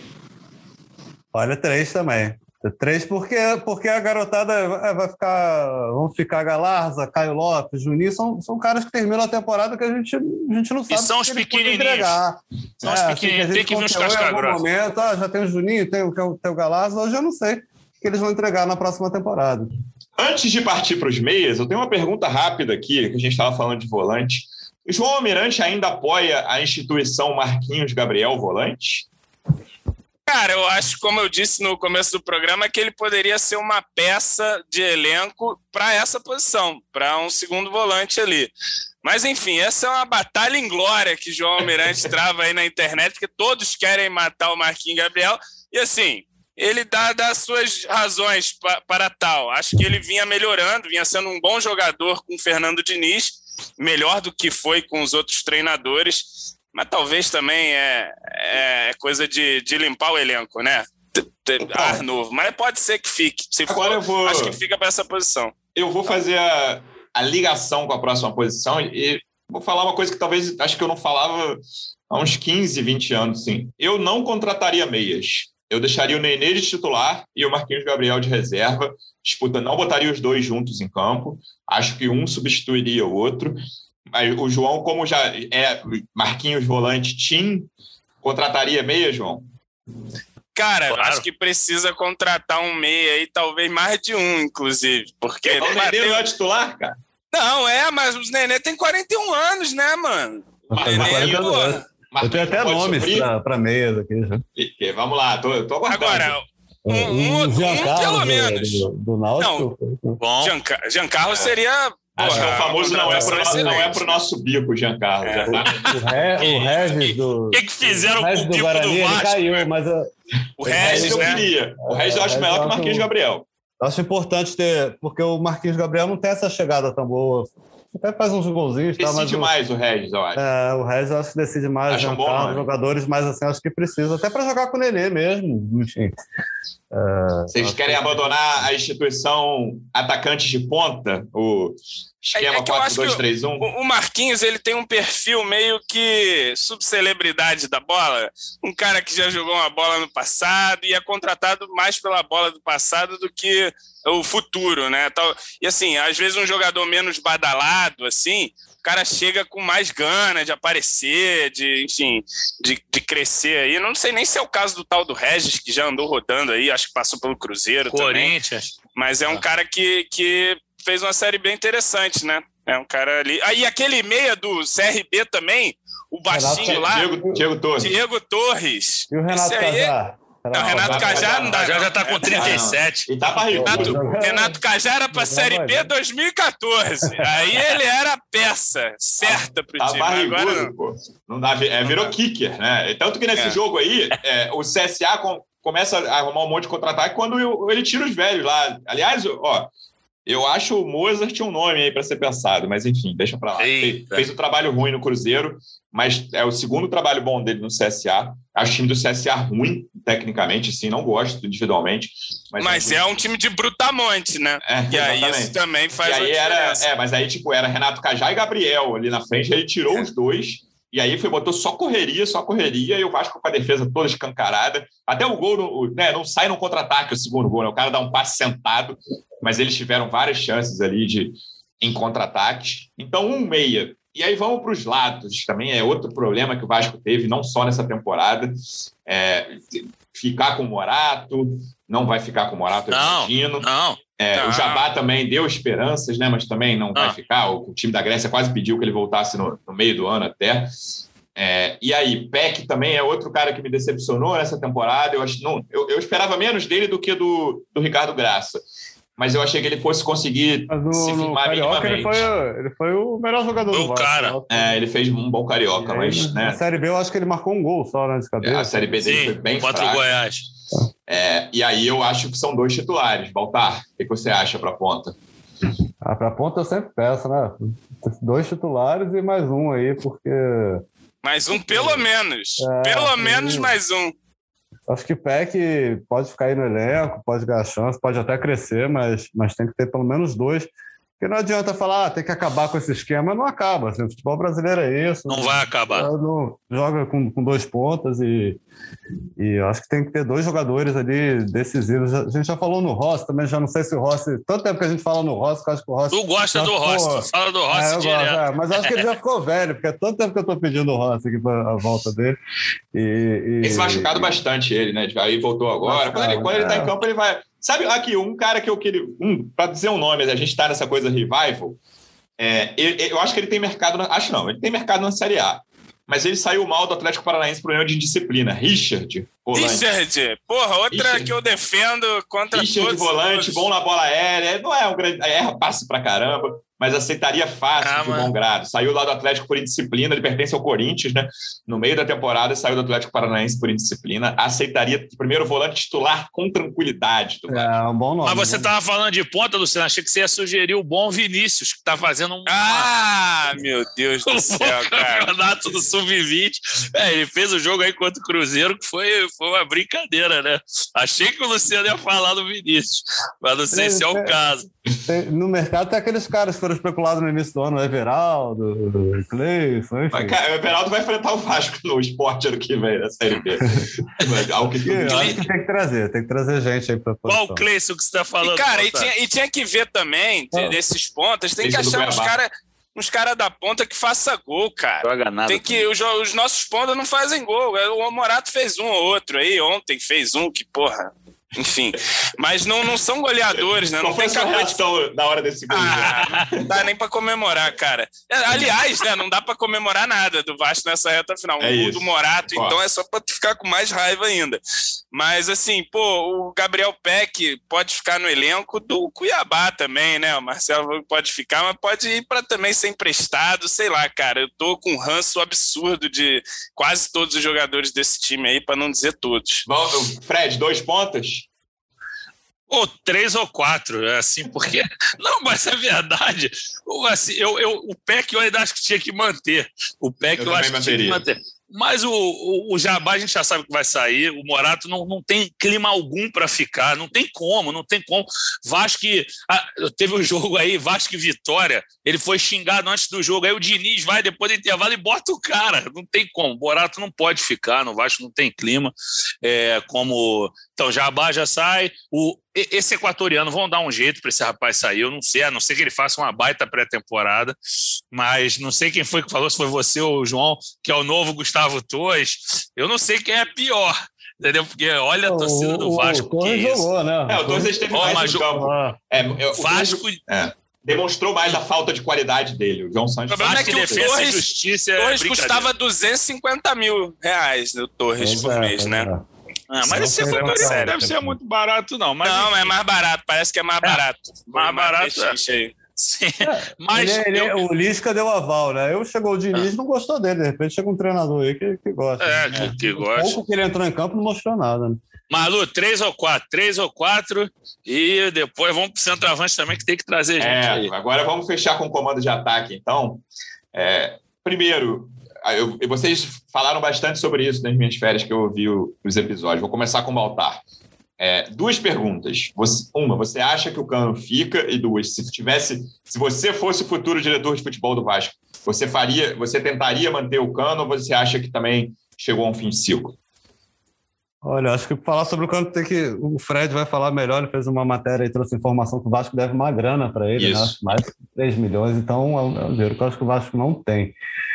Olha, 3 também. 3 porque a garotada vão ficar Galarza, Caio Lopes, Juninho, são caras que terminam a temporada que a gente não sabe. E são os pequenininhos. São os pequenininhos, tem que vir uns casca grossa. Já tem o Juninho, tem o Galarza, hoje eu não sei. que eles vão entregar na próxima temporada. Antes de partir para os meias, eu tenho uma pergunta rápida aqui, que a gente estava falando de volante. O João Almirante ainda apoia a instituição Marquinhos Gabriel Volante? Cara, eu acho, como eu disse no começo do programa, que ele poderia ser uma peça de elenco para essa posição, para um segundo volante ali. Mas, enfim, essa é uma batalha inglória que João Almirante trava aí na internet, porque todos querem matar o Marquinhos Gabriel. E, assim, ele dá as suas razões para tal. Acho que ele vinha melhorando, vinha sendo um bom jogador com o Fernando Diniz, melhor do que foi com os outros treinadores, mas talvez também é coisa de limpar o elenco, né? Ar novo, mas pode ser que fique. Se Agora for, acho que fica para essa posição. Eu vou fazer a ligação com a próxima posição e vou falar uma coisa que talvez, acho que eu não falava há uns 15, 20 anos, sim. Eu não contrataria meias. Eu deixaria o Nenê de titular e o Marquinhos Gabriel de reserva. Disputa, não botaria os dois juntos em campo. Acho que um substituiria o outro. Mas o João, como já é Marquinhos volante, contrataria meia, João? Cara, claro. Acho que precisa contratar um meia aí, talvez mais de um, inclusive. Porque o Nenê não é titular, cara? Não, mas os Nenê tem 41 anos, né, mano? Eu tenho até nomes para meias aqui. Já. Vamos lá, tô aguardando. Agora, um pelo menos. Do Náutico. Bom. Giancarlo seria... Acho que o famoso não é pro nosso bico, Giancarlo. O Regis do... O que fizeram com o bico do Guarani, Vasco? Ele caiu, mas... O Regis, eu queria. O Regis eu acho melhor que o Marquinhos Gabriel. Acho importante ter... Porque o Marquinhos Gabriel não tem essa chegada tão boa. Até faz uns golzinhos. Decide mais o Regis, eu acho. O Regis eu acho que decide mais. Acho bom, jogadores, mas assim, acho que precisa. Até para jogar com o Nenê mesmo. Enfim. Vocês querem abandonar a instituição atacantes de ponta? O esquema 4-2-3-1? O Marquinhos, ele tem um perfil meio que subcelebridade da bola. Um cara que já jogou uma bola no passado e é contratado mais pela bola do passado do que o futuro, né? E assim, às vezes um jogador menos badalado, assim, o cara chega com mais gana de aparecer, enfim, de crescer aí. Não sei nem se é o caso do tal do Regis, que já andou rodando aí, acho que passou pelo Cruzeiro Corinthians. também. Mas é um cara que fez uma série bem interessante, né? É um cara ali... E aquele meia do CRB também, o baixinho lá... Diego Torres. E o Renato Cajá? Não, Renato Cajá não dá. Já tá com 37. E tá barrigudo. Renato Cajá era pra Série B 2014. Aí ele era a peça certa pro time. Barrigudo, agora pô. Não dá, virou kicker, né? Tanto que nesse jogo aí, o CSA começa a arrumar um monte de contra-ataque quando ele tira os velhos lá. Aliás, eu acho o Mozart um nome aí para ser pensado, mas enfim, deixa para lá. Fez um trabalho ruim no Cruzeiro, mas é o segundo trabalho bom dele no CSA. Acho o time do CSA ruim, tecnicamente, sim, não gosto individualmente. Mas é um time de brutamonte, né? E aí isso também faz a diferença. Mas aí, era Renato Cajá e Gabriel ali na frente, aí ele tirou os dois, e aí botou só correria, e o Vasco com a defesa toda escancarada. Até o gol não sai no contra-ataque, o segundo gol, né? O cara dá um passe sentado, mas eles tiveram várias chances ali em contra-ataque. Então, um meia. E aí vamos para os lados, também é outro problema que o Vasco teve, não só nessa temporada. Ficar com o Morato, não vai ficar com o Morato, eu imagino. O Jabá também deu esperanças, né? Mas também não vai ficar. O time da Grécia quase pediu que ele voltasse no meio do ano até. E aí, Peck também é outro cara que me decepcionou nessa temporada. Eu esperava menos dele do que do Ricardo Graça. Mas eu achei que ele fosse conseguir se firmar minimamente. Ele foi o melhor jogador do Vasco. Ele fez um bom carioca, mas... Na Série B eu acho que ele marcou um gol só, né, de cabeça. A Série B dele foi bem fraca. Contra o Goiás. E aí eu acho que são dois titulares. Baltar, o que você acha para a ponta? Para a ponta eu sempre peço, né? 2 titulares e mais um aí, porque... Mais um, pelo menos. Pelo menos mais um. Acho que o Peck pode ficar aí no elenco, pode ganhar chance, pode até crescer, mas tem que ter pelo menos 2. Porque não adianta falar, tem que acabar com esse esquema. Não acaba. Assim, o futebol brasileiro é isso. Não vai acabar. Joga com 2 pontas e eu acho que tem que ter 2 jogadores ali decisivos. A gente já falou no Rossi também, já não sei se o Rossi... Tanto tempo que a gente fala no Rossi, que eu acho que o Rossi... Tu gosta do Rossi, tu fala do Rossi direto. Mas acho que ele já ficou velho, porque é tanto tempo que eu tô pedindo o Rossi aqui para a volta dele. Esse machucado bastante ele, né? Aí voltou agora. Quando ele tá em campo, ele vai... Sabe aqui, um cara que eu queria... para dizer um nome, a gente está nessa coisa revival, eu acho que ele tem mercado... Acho não, ele tem mercado na Série A. Mas ele saiu mal do Atlético Paranaense por problema de indisciplina. Richard, volante. Richard, porra, outra Richard, que eu defendo contra Richard, todos. volante, bom na bola aérea. Não é um grande... Erra passe pra caramba, mas aceitaria fácil de bom grado. Saiu lá do Atlético por indisciplina, ele pertence ao Corinthians, né? No meio da temporada, saiu do Atlético Paranaense por indisciplina. Aceitaria primeiro volante titular com tranquilidade. Um bom nome. Mas você estava falando de ponta, Luciano. Achei que você ia sugerir o bom Vinícius, que está fazendo um... meu Deus do céu, cara. Campeonato do Sub-20. Ele fez o jogo aí contra o Cruzeiro, que foi uma brincadeira, né? Achei que o Luciano ia falar do Vinícius, mas não sei se é o caso. No mercado tem aqueles caras que foram especulados no início do ano, o Everaldo, o Cleison, enfim. O Everaldo vai enfrentar o Vasco no Sport ano que vem, na Série B. Acho que tem que trazer gente aí para qual o Cleison que você está falando? Cara, e tinha que ver também, desses pontas, tem que achar uns caras da ponta que faça gol, cara. Tem que os nossos pontas não fazem gol. O Morato fez um ou outro aí, ontem fez um que, porra... Enfim, mas não são goleadores, né? Qual foi a sua reação na hora desse gol? Não dá nem pra comemorar, cara. Aliás, né? Não dá pra comemorar nada do Vasco nessa reta final. Um gol do Morato, então é só pra ficar com mais raiva ainda. Mas, assim, o Gabriel Peck pode ficar no elenco do Cuiabá também, né? O Marcelo pode ficar, mas pode ir pra também ser emprestado, sei lá, cara. Eu tô com um ranço absurdo de quase todos os jogadores desse time aí, pra não dizer todos. Bom, Fred, 2 pontas? Ou 3 ou 4, assim, porque... Não, mas é verdade. Assim, o PEC eu ainda acho que tinha que manter. O PEC eu acho que tinha que manter. Mas o Jabá a gente já sabe que vai sair. O Morato não tem clima algum para ficar. Não tem como. Vasco teve um jogo aí, Vasco e Vitória. Ele foi xingado antes do jogo. Aí o Diniz vai depois do intervalo e bota o cara. Não tem como. O Morato não pode ficar. No Vasco não tem clima. Então, Jabá já sai. Esse equatoriano, vão dar um jeito para esse rapaz sair. Eu não sei, a não ser que ele faça uma baita pré-temporada. Mas não sei quem foi que falou, se foi você ou o João, que é o novo Gustavo Torres. Eu não sei quem é pior, entendeu? Porque olha a torcida do Vasco. O Torres jogou, né? O Torres esteve mais no campo. O Vasco... Demonstrou mais a falta de qualidade dele. O João Santos. O problema é que o Torres custava R$250 mil do Torres por mês, né? Mas esse deve ser muito barato, não. Mas não, é mais barato. Parece que é mais barato. Mais barato. Sim. Mas o Lisca deu aval, né? Chegou o Diniz não gostou dele. De repente chega um treinador aí que gosta. Que gosta. Pouco que ele entrou em campo não mostrou nada, né? Malu, 3 ou 4 e depois vamos pro centroavante também, que tem que trazer gente aí. Agora vamos fechar com o comando de ataque, então. Primeiro, vocês falaram bastante sobre isso nas minhas férias que eu ouvi os episódios. Vou começar com o Baltar. 2 perguntas. Uma, você acha que o Cano fica? E 2, se você fosse o futuro diretor de futebol do Vasco, você tentaria manter o Cano ou você acha que também chegou a um fim de ciclo? Olha, acho que para falar sobre o Cano o Fred vai falar melhor. Ele fez uma matéria e trouxe informação que o Vasco deve uma grana para ele, né? Mais de 3 milhões, então é um dinheiro que eu acho que o Vasco não tem.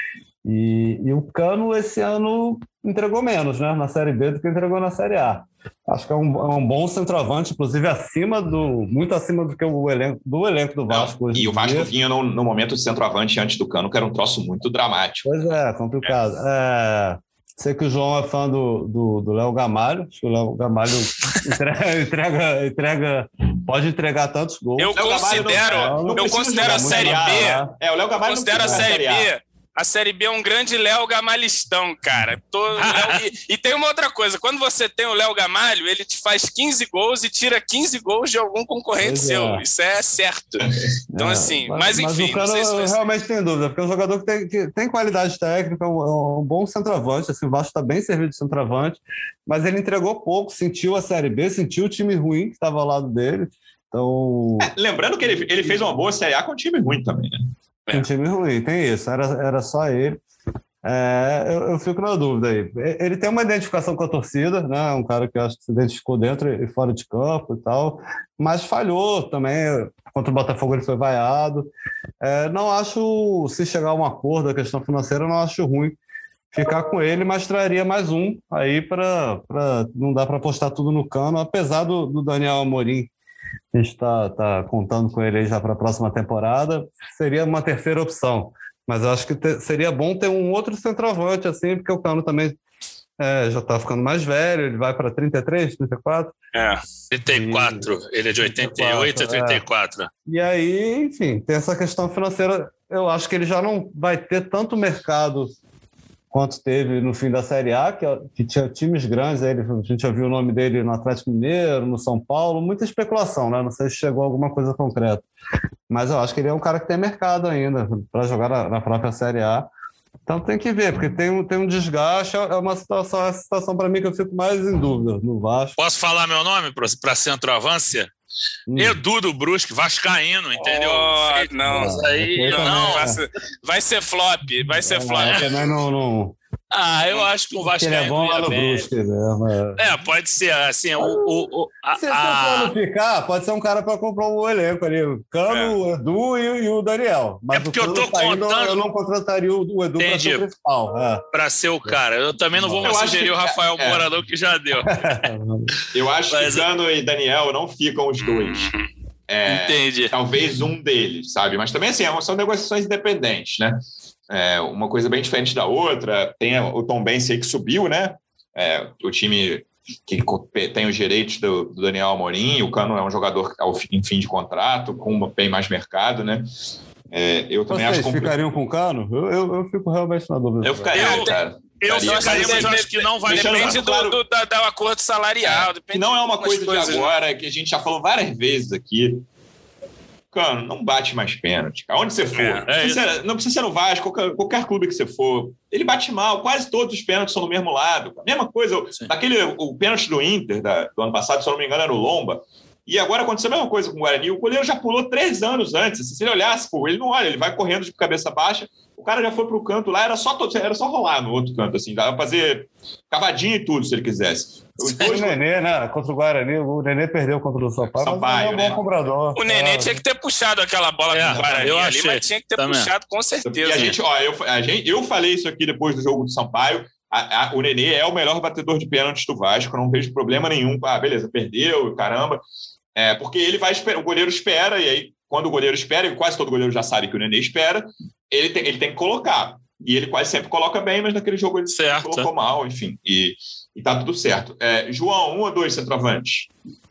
E o Cano esse ano entregou menos, né, na Série B do que entregou na Série A. Acho que é um bom centroavante, inclusive muito acima do que o elenco do Vasco. E o Vasco vinha no momento de centroavante antes do Cano, que era um troço muito dramático. Pois complicado. Sei que o João é fã do Léo Gamalho. Acho que o Léo Gamalho pode entregar tantos gols. Eu considero a Série B. O Léo Gamalho considero a Série B. A Série B é um grande Léo Gamalistão, cara. E tem uma outra coisa. Quando você tem o Léo Gamalho, ele te faz 15 gols e tira 15 gols de algum concorrente seu. Isso é certo. Então, mas enfim. Mas o cara, eu realmente tenho dúvida, porque é um jogador que tem qualidade técnica, um bom centroavante. Assim, o Vasco está bem servido de centroavante, mas ele entregou pouco, sentiu a Série B, sentiu o time ruim que estava ao lado dele. Então... lembrando que ele fez uma boa Série A com um time ruim também, né? Um time ruim, tem isso, era só ele. Eu fico na dúvida aí. Ele tem uma identificação com a torcida, né? Um cara que eu acho que se identificou dentro e fora de campo e tal, mas falhou também. Contra o Botafogo ele foi vaiado. Não acho, se chegar a um acordo, a questão financeira, eu não acho ruim ficar com ele, mas traria mais um aí para não dá para apostar tudo no Cano, apesar do Daniel Amorim. A gente está contando com ele aí já para a próxima temporada. Seria uma terceira opção. Mas eu acho que seria bom ter um outro centroavante, assim, porque o Cano também já está ficando mais velho. Ele vai para 33, 34? 34. Ele é de 88 a 34. E aí, enfim, tem essa questão financeira. Eu acho que ele já não vai ter tanto mercado quanto teve no fim da Série A, que tinha times grandes, aí a gente já viu o nome dele no Atlético Mineiro, no São Paulo, muita especulação, né? Não sei se chegou a alguma coisa concreta. Mas eu acho que ele é um cara que tem mercado ainda para jogar na própria Série A. Então tem que ver, porque tem um desgaste, é uma situação para mim que eu fico mais em dúvida no Vasco. Posso falar meu nome para centroavância? Edu do Brusque, vascaíno, entendeu? Não. Aí, não. Vai ser flop, vai ser flop. Não. Eu acho que o vascaíno ele é bom lá no Brusque, né? Pode ser, assim, se você for ficar, pode ser um cara para comprar o elenco ali, o Cano, o Edu e o Daniel. Mas porque eu tô contando... Eu não contrataria o Edu para ser o principal. Para ser o cara. Eu também não vou mais sugerir o Rafael Moura, não, que já deu. Eu acho que Cano e Daniel não ficam os dois. Entendi. Talvez um deles, sabe? Mas também, assim, são negociações independentes, né? Uma coisa bem diferente da outra. Tem o Tombense aí que subiu, né? O time que tem os direitos do Daniel Amorim. O Cano é um jogador em fim de contrato, com bem mais mercado, né? Eu também Vocês ficariam com o Cano? Eu fico realmente na dúvida. Eu ficaria, cara. Eu ficaria, mas eu acho que não vai... Depende do acordo salarial. Não é uma coisa de agora, que a gente já falou várias vezes aqui. Cano, não bate mais pênalti. Aonde você for. Não precisa ser no Vasco, qualquer clube que você for. Ele bate mal. Quase todos os pênaltis são do mesmo lado. A mesma coisa. O pênalti do Inter do ano passado, se eu não me engano, era o Lomba. E agora aconteceu a mesma coisa com o Guarani. O goleiro já pulou 3 anos antes. Se ele olhasse, ele não olha. Ele vai correndo de cabeça baixa. O cara já foi pro canto lá. Era só rolar no outro canto. Assim, dava pra fazer cavadinha e tudo, se ele quisesse. O Nenê, né? Contra o Guarani, o Nenê perdeu contra o Sampaio, mas é um bom cobrador. O Nenê tinha que ter puxado aquela bola com o Guarani ali, mas tinha que ter puxado com certeza. E eu falei isso aqui depois do jogo do Sampaio. O Nenê é o melhor batedor de pênaltis do Vasco. Não vejo problema nenhum. Beleza, perdeu, caramba. Porque ele vai esperar, o goleiro espera, e aí, quando o goleiro espera, e quase todo goleiro já sabe que o Nenê espera, ele tem que colocar. E ele quase sempre coloca bem, mas naquele jogo ele colocou mal, enfim. E tá tudo certo. João, 1 ou 2 centroavantes?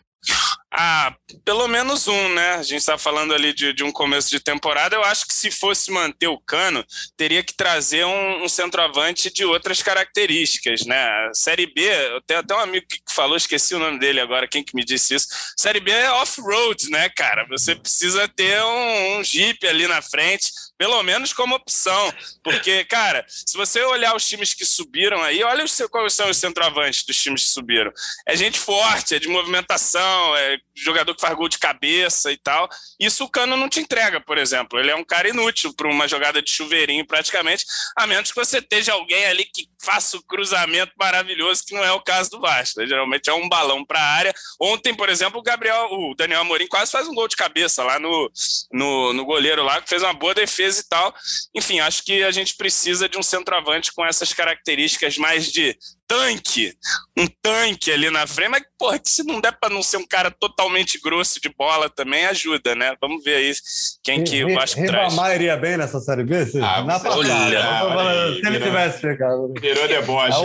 Pelo menos um, né? A gente está falando ali de um começo de temporada. Eu acho que se fosse manter o Cano, teria que trazer um centroavante de outras características, né? Série B, eu tenho até um amigo que falou, esqueci o nome dele agora, quem que me disse isso. Série B é off-road, né, cara? Você precisa ter um Jeep ali na frente, pelo menos como opção. Porque, cara, se você olhar os times que subiram aí, olha quais são os centroavantes dos times que subiram. É gente forte, é de movimentação, é jogador que faz gol de cabeça e tal. Isso o Cano não te entrega, por exemplo. Ele é um cara inútil para uma jogada de chuveirinho, praticamente, a menos que você esteja alguém ali que faça o cruzamento maravilhoso, que não é o caso do Vasco. Né? Geralmente é um balão para a área. Ontem, por exemplo, o Daniel Amorim quase faz um gol de cabeça lá no goleiro lá, que fez uma boa defesa e tal. Enfim, acho que a gente precisa de um centroavante com essas características mais de um tanque ali na frente, mas porra, que se não der para não ser um cara totalmente grosso de bola também ajuda, né? Vamos ver aí quem que o Vasco traz. Ribamar iria bem nessa Série B? Na passada. Se ele tivesse ficado. Virou deboche.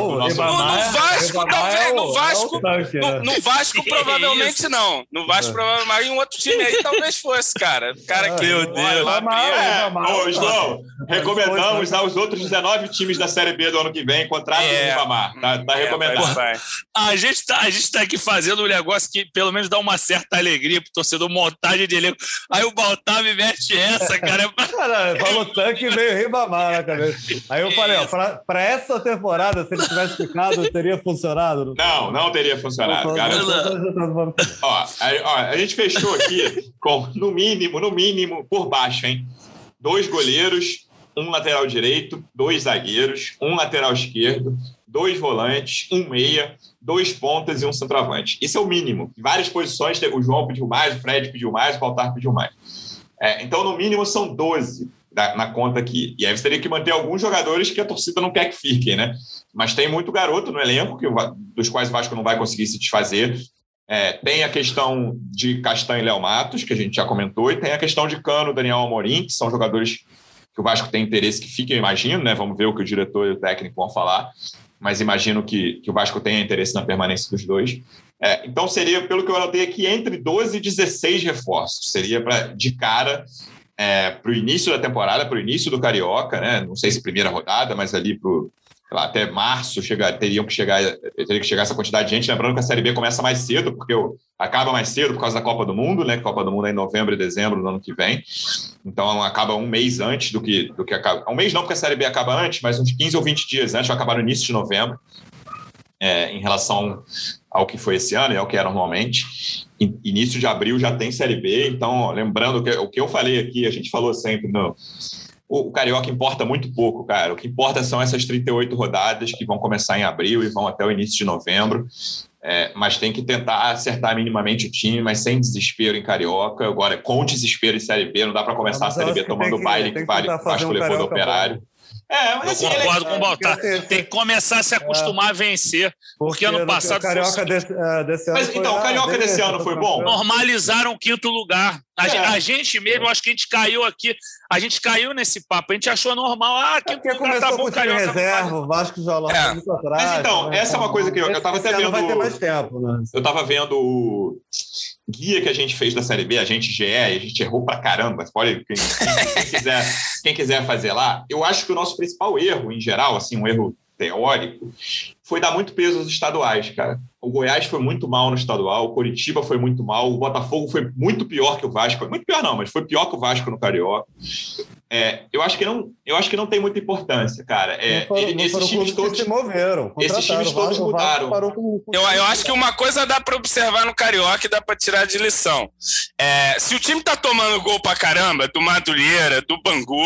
No Vasco provavelmente não. No Vasco provavelmente em um outro time aí talvez fosse, cara. Cara que meu Deus. João, recomendamos aos outros 19 times da Série B do ano que vem contratar o Ribamar. Tá recomendado. A gente tá aqui fazendo um negócio que pelo menos dá uma certa alegria pro torcedor, montagem de elenco. Aí o Baltar me mete essa, cara. Falou tanque e veio Ribamar na cabeça. Aí eu falei, pra essa temporada, se ele tivesse ficado, teria funcionado? Não teria funcionado, cara. A gente fechou aqui com, no mínimo, por baixo, hein? 2 goleiros, 1 lateral direito, 2 zagueiros, 1 lateral esquerdo, 2 volantes, 1 meia, 2 pontas e 1 centroavante. Isso é o mínimo. Em várias posições, o João pediu mais, o Fred pediu mais, o Baltar pediu mais. Então, no mínimo, são 12. na conta que... E aí você teria que manter alguns jogadores que a torcida não quer que fiquem, né? Mas tem muito garoto no elenco, dos quais o Vasco não vai conseguir se desfazer. Tem a questão de Castanho e Léo Matos, que a gente já comentou, e tem a questão de Cano, Daniel Amorim, que são jogadores que o Vasco tem interesse que fiquem, eu imagino, né? Vamos ver o que o diretor e o técnico vão falar, mas imagino que o Vasco tenha interesse na permanência dos dois. Então seria, pelo que eu anotei aqui, entre 12 e 16 reforços. Seria de cara para o início da temporada, para o início do Carioca, né? Não sei se primeira rodada, mas ali até março teria que chegar essa quantidade de gente. Lembrando que a Série B começa mais cedo, porque acaba mais cedo por causa da Copa do Mundo, né? A Copa do Mundo é em novembro e dezembro do ano que vem. Então acaba um mês antes do que acaba. Um mês não, porque a Série B acaba antes, mas uns 15 ou 20 dias antes, vai acabar no início de novembro, em relação ao que foi esse ano e ao que é normalmente. Início de abril já tem Série B, então, lembrando o que eu falei aqui, a gente falou sempre, o Carioca importa muito pouco, cara. O que importa são essas 38 rodadas que vão começar em abril e vão até o início de novembro, mas tem que tentar acertar minimamente o time, mas sem desespero em Carioca. Agora, com desespero em Série B, não dá para começar a Série B tomando o baile que o Vasco levou do Operário. Mas eu concordo com o Baltar. Tem que começar a se acostumar a vencer. Porque ano passado... O Carioca desse ano o Carioca desse ano foi bom? Normalizaram o 5º lugar. A gente mesmo, acho que a gente caiu aqui. A gente caiu nesse papo. A gente achou normal. Porque começou com o time reserva, o Vasco já logo muito atrás. Mas então, essa é uma coisa que eu estava até vendo... vai ter mais tempo, né? Eu estava vendo o guia que a gente fez da Série B, a gente a gente errou pra caramba. Pode, quem quiser fazer lá. Eu acho que o nosso principal erro, em geral, assim, um erro teórico, foi dar muito peso aos estaduais, cara. O Goiás foi muito mal no estadual, o Coritiba foi muito mal, o Botafogo foi muito pior que o Vasco. Muito pior não, mas foi pior que o Vasco no Carioca. Eu acho que não tem muita importância, cara. Esses times todos se moveram. Esses times todos mudaram. Eu acho que uma coisa dá para observar no Carioca e dá para tirar de lição. Se o time tá tomando gol pra caramba, do Madureira, do Bangu,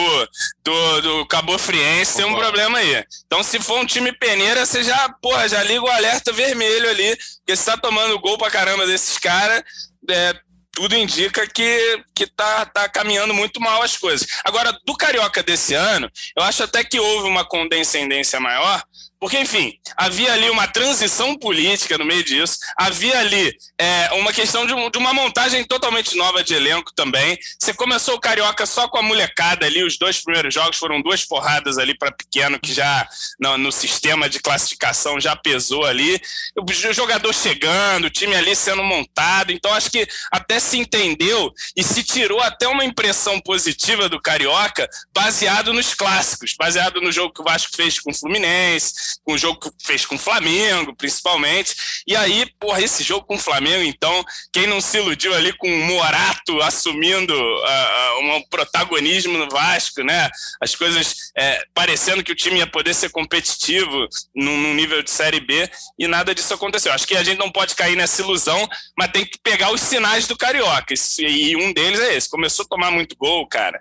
do Cabo Friense, tem um problema aí. Então, se for um time peneira, você já liga o alerta vermelho ali, porque você tá tomando gol pra caramba desses caras, tudo indica que tá caminhando muito mal as coisas. Agora, do Carioca desse ano, eu acho até que houve uma condescendência maior, porque, enfim, havia ali uma transição política no meio disso, havia ali uma questão de uma montagem totalmente nova de elenco também. Você começou o Carioca só com a molecada ali, os 2 primeiros jogos foram 2 porradas ali para pequeno, que já no sistema de classificação já pesou ali. O jogador chegando, o time ali sendo montado, então acho que até se entendeu e se tirou até uma impressão positiva do Carioca baseado nos clássicos, baseado no jogo que o Vasco fez com o Fluminense, com o jogo que fez com o Flamengo, principalmente. E aí, esse jogo com o Flamengo, então, quem não se iludiu ali com o Morato assumindo um protagonismo no Vasco, né? As coisas parecendo que o time ia poder ser competitivo num nível de Série B, e nada disso aconteceu. Acho que a gente não pode cair nessa ilusão, mas tem que pegar os sinais do Carioca, e um deles é esse. Começou a tomar muito gol, cara.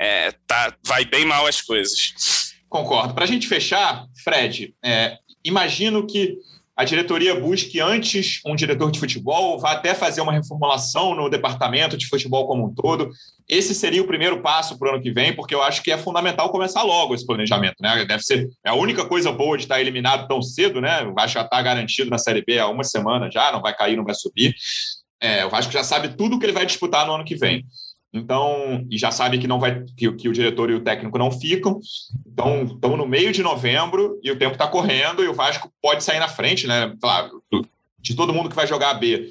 Vai bem mal as coisas. Concordo. Para a gente fechar, Fred, imagino que a diretoria busque antes um diretor de futebol, vá até fazer uma reformulação no departamento de futebol como um todo. Esse seria o primeiro passo para o ano que vem, porque eu acho que é fundamental começar logo esse planejamento, né? Deve ser a única coisa boa de estar eliminado tão cedo, né? O Vasco já está garantido na Série B há uma semana já, não vai cair, não vai subir. O Vasco já sabe tudo o que ele vai disputar no ano que vem. Então, e já sabe que o diretor e o técnico não ficam. Então, estamos no meio de novembro e o tempo está correndo e o Vasco pode sair na frente, né? Claro, de todo mundo que vai jogar a B.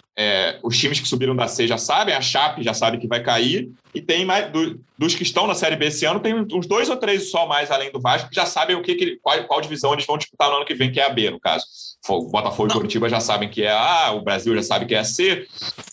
Os times que subiram da C já sabem, a Chape já sabe que vai cair, e tem mais dos que estão na Série B esse ano, tem uns 2 ou 3 só mais além do Vasco que já sabem qual divisão eles vão disputar no ano que vem, que é a B, no caso. O Botafogo e o Coritiba já sabem que é a A, o Brasil já sabe que é a C.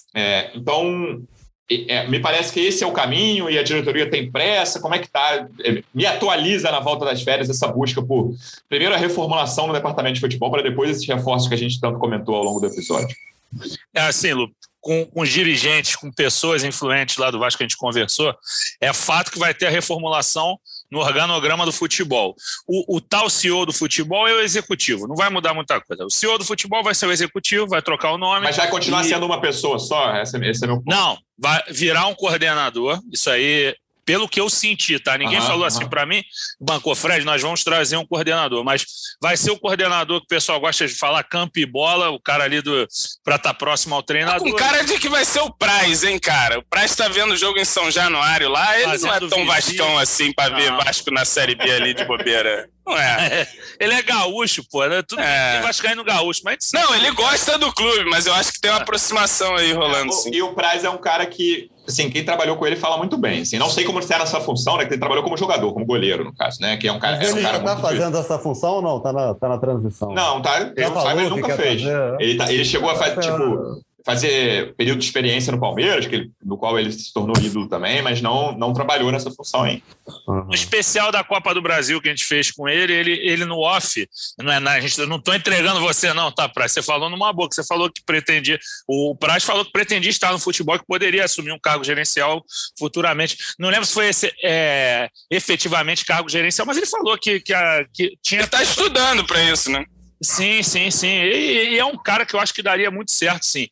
Então, me parece que esse é o caminho e a diretoria tem pressa. Como é que está? Me atualiza na volta das férias essa busca por, primeiro, a reformulação no departamento de futebol, para depois esses reforços que a gente tanto comentou ao longo do episódio. Assim, Lu, com os dirigentes, com pessoas influentes lá do Vasco que a gente conversou, é fato que vai ter a reformulação no organograma do futebol. O tal CEO do futebol é o executivo, não vai mudar muita coisa. O CEO do futebol vai ser o executivo, vai trocar o nome. Mas vai continuar sendo uma pessoa só? Esse é meu ponto. Não, vai virar um coordenador, isso aí pelo que eu senti, tá? Ninguém falou assim para mim, Banco Fred, nós vamos trazer um coordenador, mas vai ser o coordenador que o pessoal gosta de falar, campo e bola, o cara ali para estar próximo ao treinador. Com cara de que vai ser o Praz, hein, cara? O Praz tá vendo o jogo em São Januário lá, ele não é tão vascão assim para ver Vasco na Série B ali de bobeira. Não é. Ele é gaúcho, pô, né? Tudo tem vascaíno gaúcho, mas... Não, ele gosta do clube, mas eu acho que tem uma aproximação aí rolando, sim. E o Praz é um cara que, assim, quem trabalhou com ele fala muito bem, assim, não sei como ele está nessa função, né, que ele trabalhou como jogador, como goleiro, no caso, né, que é um cara... Ele já tá fazendo essa função ou não? Tá na transição? Não, tá, eu não saiba, ele nunca fez. Ele chegou a fazer, fazer período de experiência no Palmeiras, no qual ele se tornou ídolo também, mas não trabalhou nessa função aí. No especial da Copa do Brasil que a gente fez com ele no off, a gente não estou entregando você não, tá, Praz? Você falou numa boa, que você falou que pretendia, o Praz falou que pretendia estar no futebol, que poderia assumir um cargo gerencial futuramente. Não lembro se foi efetivamente cargo gerencial, mas ele falou que tinha... Ele está estudando para isso, né? Sim. E é um cara que eu acho que daria muito certo, sim.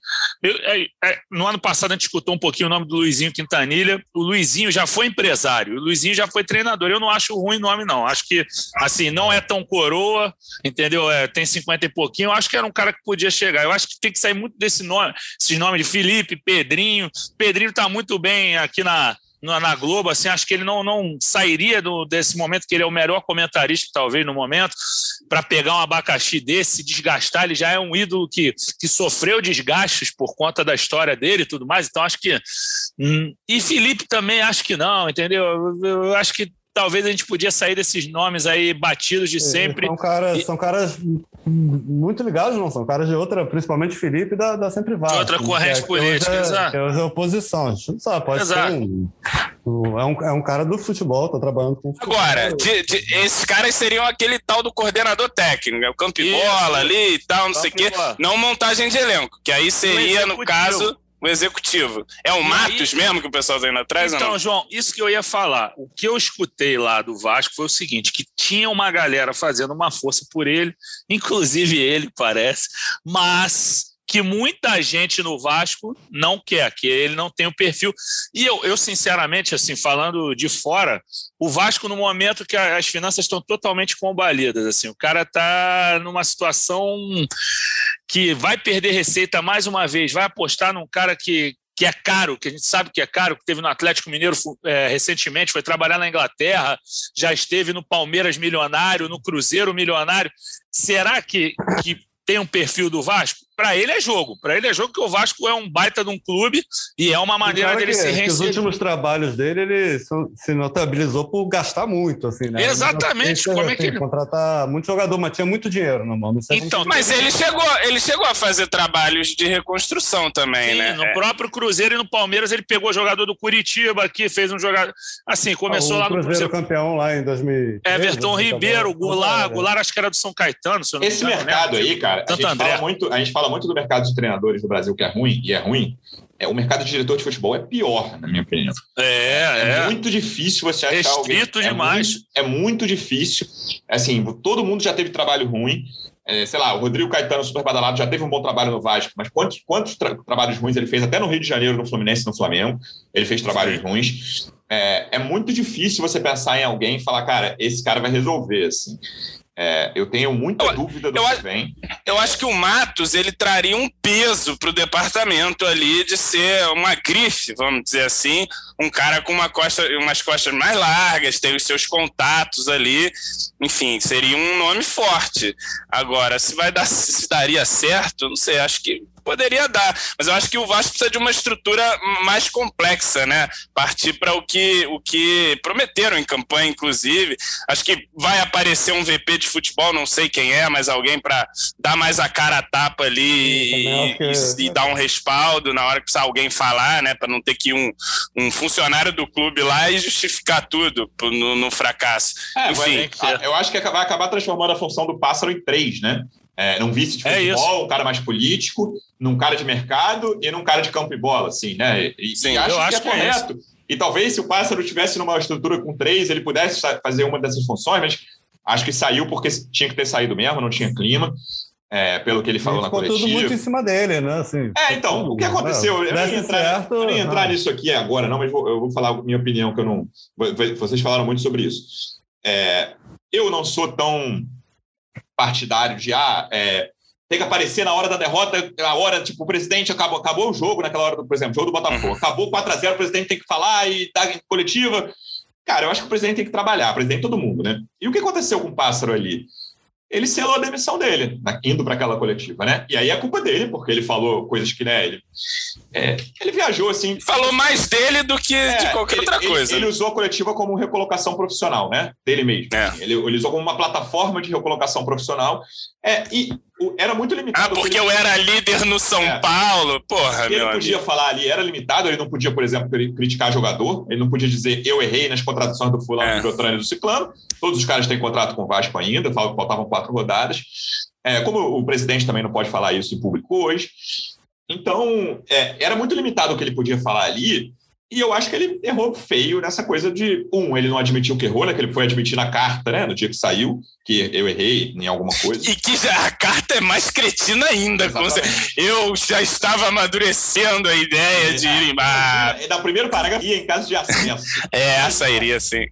No ano passado a gente escutou um pouquinho o nome do Luizinho Quintanilha. O Luizinho já foi empresário, o Luizinho já foi treinador. Eu não acho ruim o nome, não. Acho que, assim, não é tão coroa, entendeu? Tem 50 e pouquinho. Eu acho que era um cara que podia chegar. Eu acho que tem que sair muito esses nomes de Felipe, Pedrinho. Pedrinho está muito bem aqui na Globo, assim, acho que ele não sairia desse momento, que ele é o melhor comentarista, talvez, no momento, para pegar um abacaxi desse, se desgastar. Ele já é um ídolo que sofreu desgastes por conta da história dele e tudo mais, então acho que... E Felipe também acho que não, entendeu? Eu acho que talvez a gente podia sair desses nomes aí batidos de sempre. São caras muito ligados, não? São caras de outra, principalmente Felipe, da Sempre Vasco. De outra corrente política, exato. É oposição. A gente não sabe, pode ser é um cara do futebol, tá trabalhando com futebol. Agora, esses caras seriam aquele tal do coordenador técnico, o campo e bola ali e tal, não sei o quê. Não montagem de elenco, que aí seria, no caso... O executivo. É o Matos mesmo que o pessoal tá indo atrás? Então, ou não? João, isso que eu ia falar. O que eu escutei lá do Vasco foi o seguinte, que tinha uma galera fazendo uma força por ele, inclusive ele, parece, mas que muita gente no Vasco não quer, que ele não tem o perfil. E eu sinceramente, assim, falando de fora, o Vasco, no momento que as finanças estão totalmente combalidas, assim, o cara está numa situação que vai perder receita mais uma vez, vai apostar num cara que é caro, que a gente sabe que é caro, que teve no Atlético Mineiro recentemente, foi trabalhar na Inglaterra, já esteve no Palmeiras milionário, no Cruzeiro milionário. Será que tem um perfil do Vasco? Para ele é jogo. Para ele é jogo, que o Vasco é um baita de um clube e é uma maneira dele se reinserir. Os últimos trabalhos dele, ele se notabilizou por gastar muito, assim, né? Exatamente. Como é que ele... Contratar muito jogador, mas tinha muito dinheiro, não sei. Então, mas ele chegou a fazer trabalhos de reconstrução também, né? No próprio Cruzeiro e no Palmeiras ele pegou jogador do Curitiba aqui, fez um jogador... Assim, começou lá no Cruzeiro campeão lá em 2000. Everton Ribeiro, Goulart acho que era do São Caetano, se eu não me engano. Esse mercado aí, cara, a gente fala muito do mercado de treinadores do Brasil, que é ruim, e é ruim. O mercado de diretor de futebol é pior, na minha opinião. É muito difícil você achar alguém. Restrito demais. É muito difícil. Assim, todo mundo já teve trabalho ruim. Sei lá, o Rodrigo Caetano, super badalado, já teve um bom trabalho no Vasco, mas quantos trabalhos ruins ele fez? Até no Rio de Janeiro, no Fluminense e no Flamengo, ele fez trabalhos ruins. É muito difícil você pensar em alguém e falar, cara, esse cara vai resolver, assim. Eu tenho muita dúvida do que vem. Eu acho que o Matos, ele traria um peso para o departamento ali de ser uma grife, vamos dizer assim, um cara com umas costas mais largas, tem os seus contatos ali, enfim, seria um nome forte. Agora, se daria certo, não sei, acho que poderia dar, mas eu acho que o Vasco precisa de uma estrutura mais complexa, né? Partir para o que prometeram em campanha, inclusive. Acho que vai aparecer um VP de futebol, não sei quem é, mas alguém para dar mais a cara a tapa ali e dar um respaldo na hora que precisar alguém falar, né? Para não ter que ir um funcionário do clube lá e justificar tudo no fracasso. Enfim, eu acho que vai acabar transformando a função do Pássaro em 3, né? Num vice de futebol, um cara mais político, num cara de mercado e num cara de campo e bola, assim, né? Sim, eu acho que é correto. E talvez se o Pássaro estivesse numa estrutura com 3, ele pudesse fazer uma dessas funções, mas acho que saiu porque tinha que ter saído mesmo, não tinha clima. pelo que ele falou na coletiva. Ficou tudo muito em cima dele, né? Assim, então, o que aconteceu? Eu não ia entrar nisso aqui agora, não, mas eu vou falar a minha opinião, que eu não... Vocês falaram muito sobre isso. Eu não sou tão partidário de... tem que aparecer na hora da derrota, a hora, tipo, o presidente acabou o jogo naquela hora, por exemplo, jogo do Botafogo. Acabou 4-0, o presidente tem que falar e dar coletiva. Cara, eu acho que o presidente tem que trabalhar, o presidente todo mundo, né? E o que aconteceu com o Pássaro ali? Ele selou a demissão dele, indo para aquela coletiva, né? E aí é culpa dele, porque ele falou coisas que, né, ele viajou, assim... Falou mais dele do que de qualquer outra coisa. Ele usou a coletiva como recolocação profissional, né? Dele mesmo. Ele usou como uma plataforma de recolocação profissional. E era muito limitado. Porque eu era líder no São Paulo, porra, ele não podia falar ali, era limitado, ele não podia, por exemplo, criticar jogador, ele não podia dizer eu errei nas contratações do fulano, do Beltrano e do Ciclano. Todos os caras têm contrato com o Vasco ainda, faltavam 4 rodadas. Como o presidente também não pode falar isso em público hoje. Então, era muito limitado o que ele podia falar ali, e eu acho que ele errou feio nessa coisa de, ele não admitiu que errou, né, que ele foi admitir na carta, né, no dia que saiu, que eu errei em alguma coisa. E que a carta é mais cretina ainda. Eu já estava amadurecendo a ideia de ir embora. No primeiro parágrafo, ia em caso de acesso. Essa iria, sim.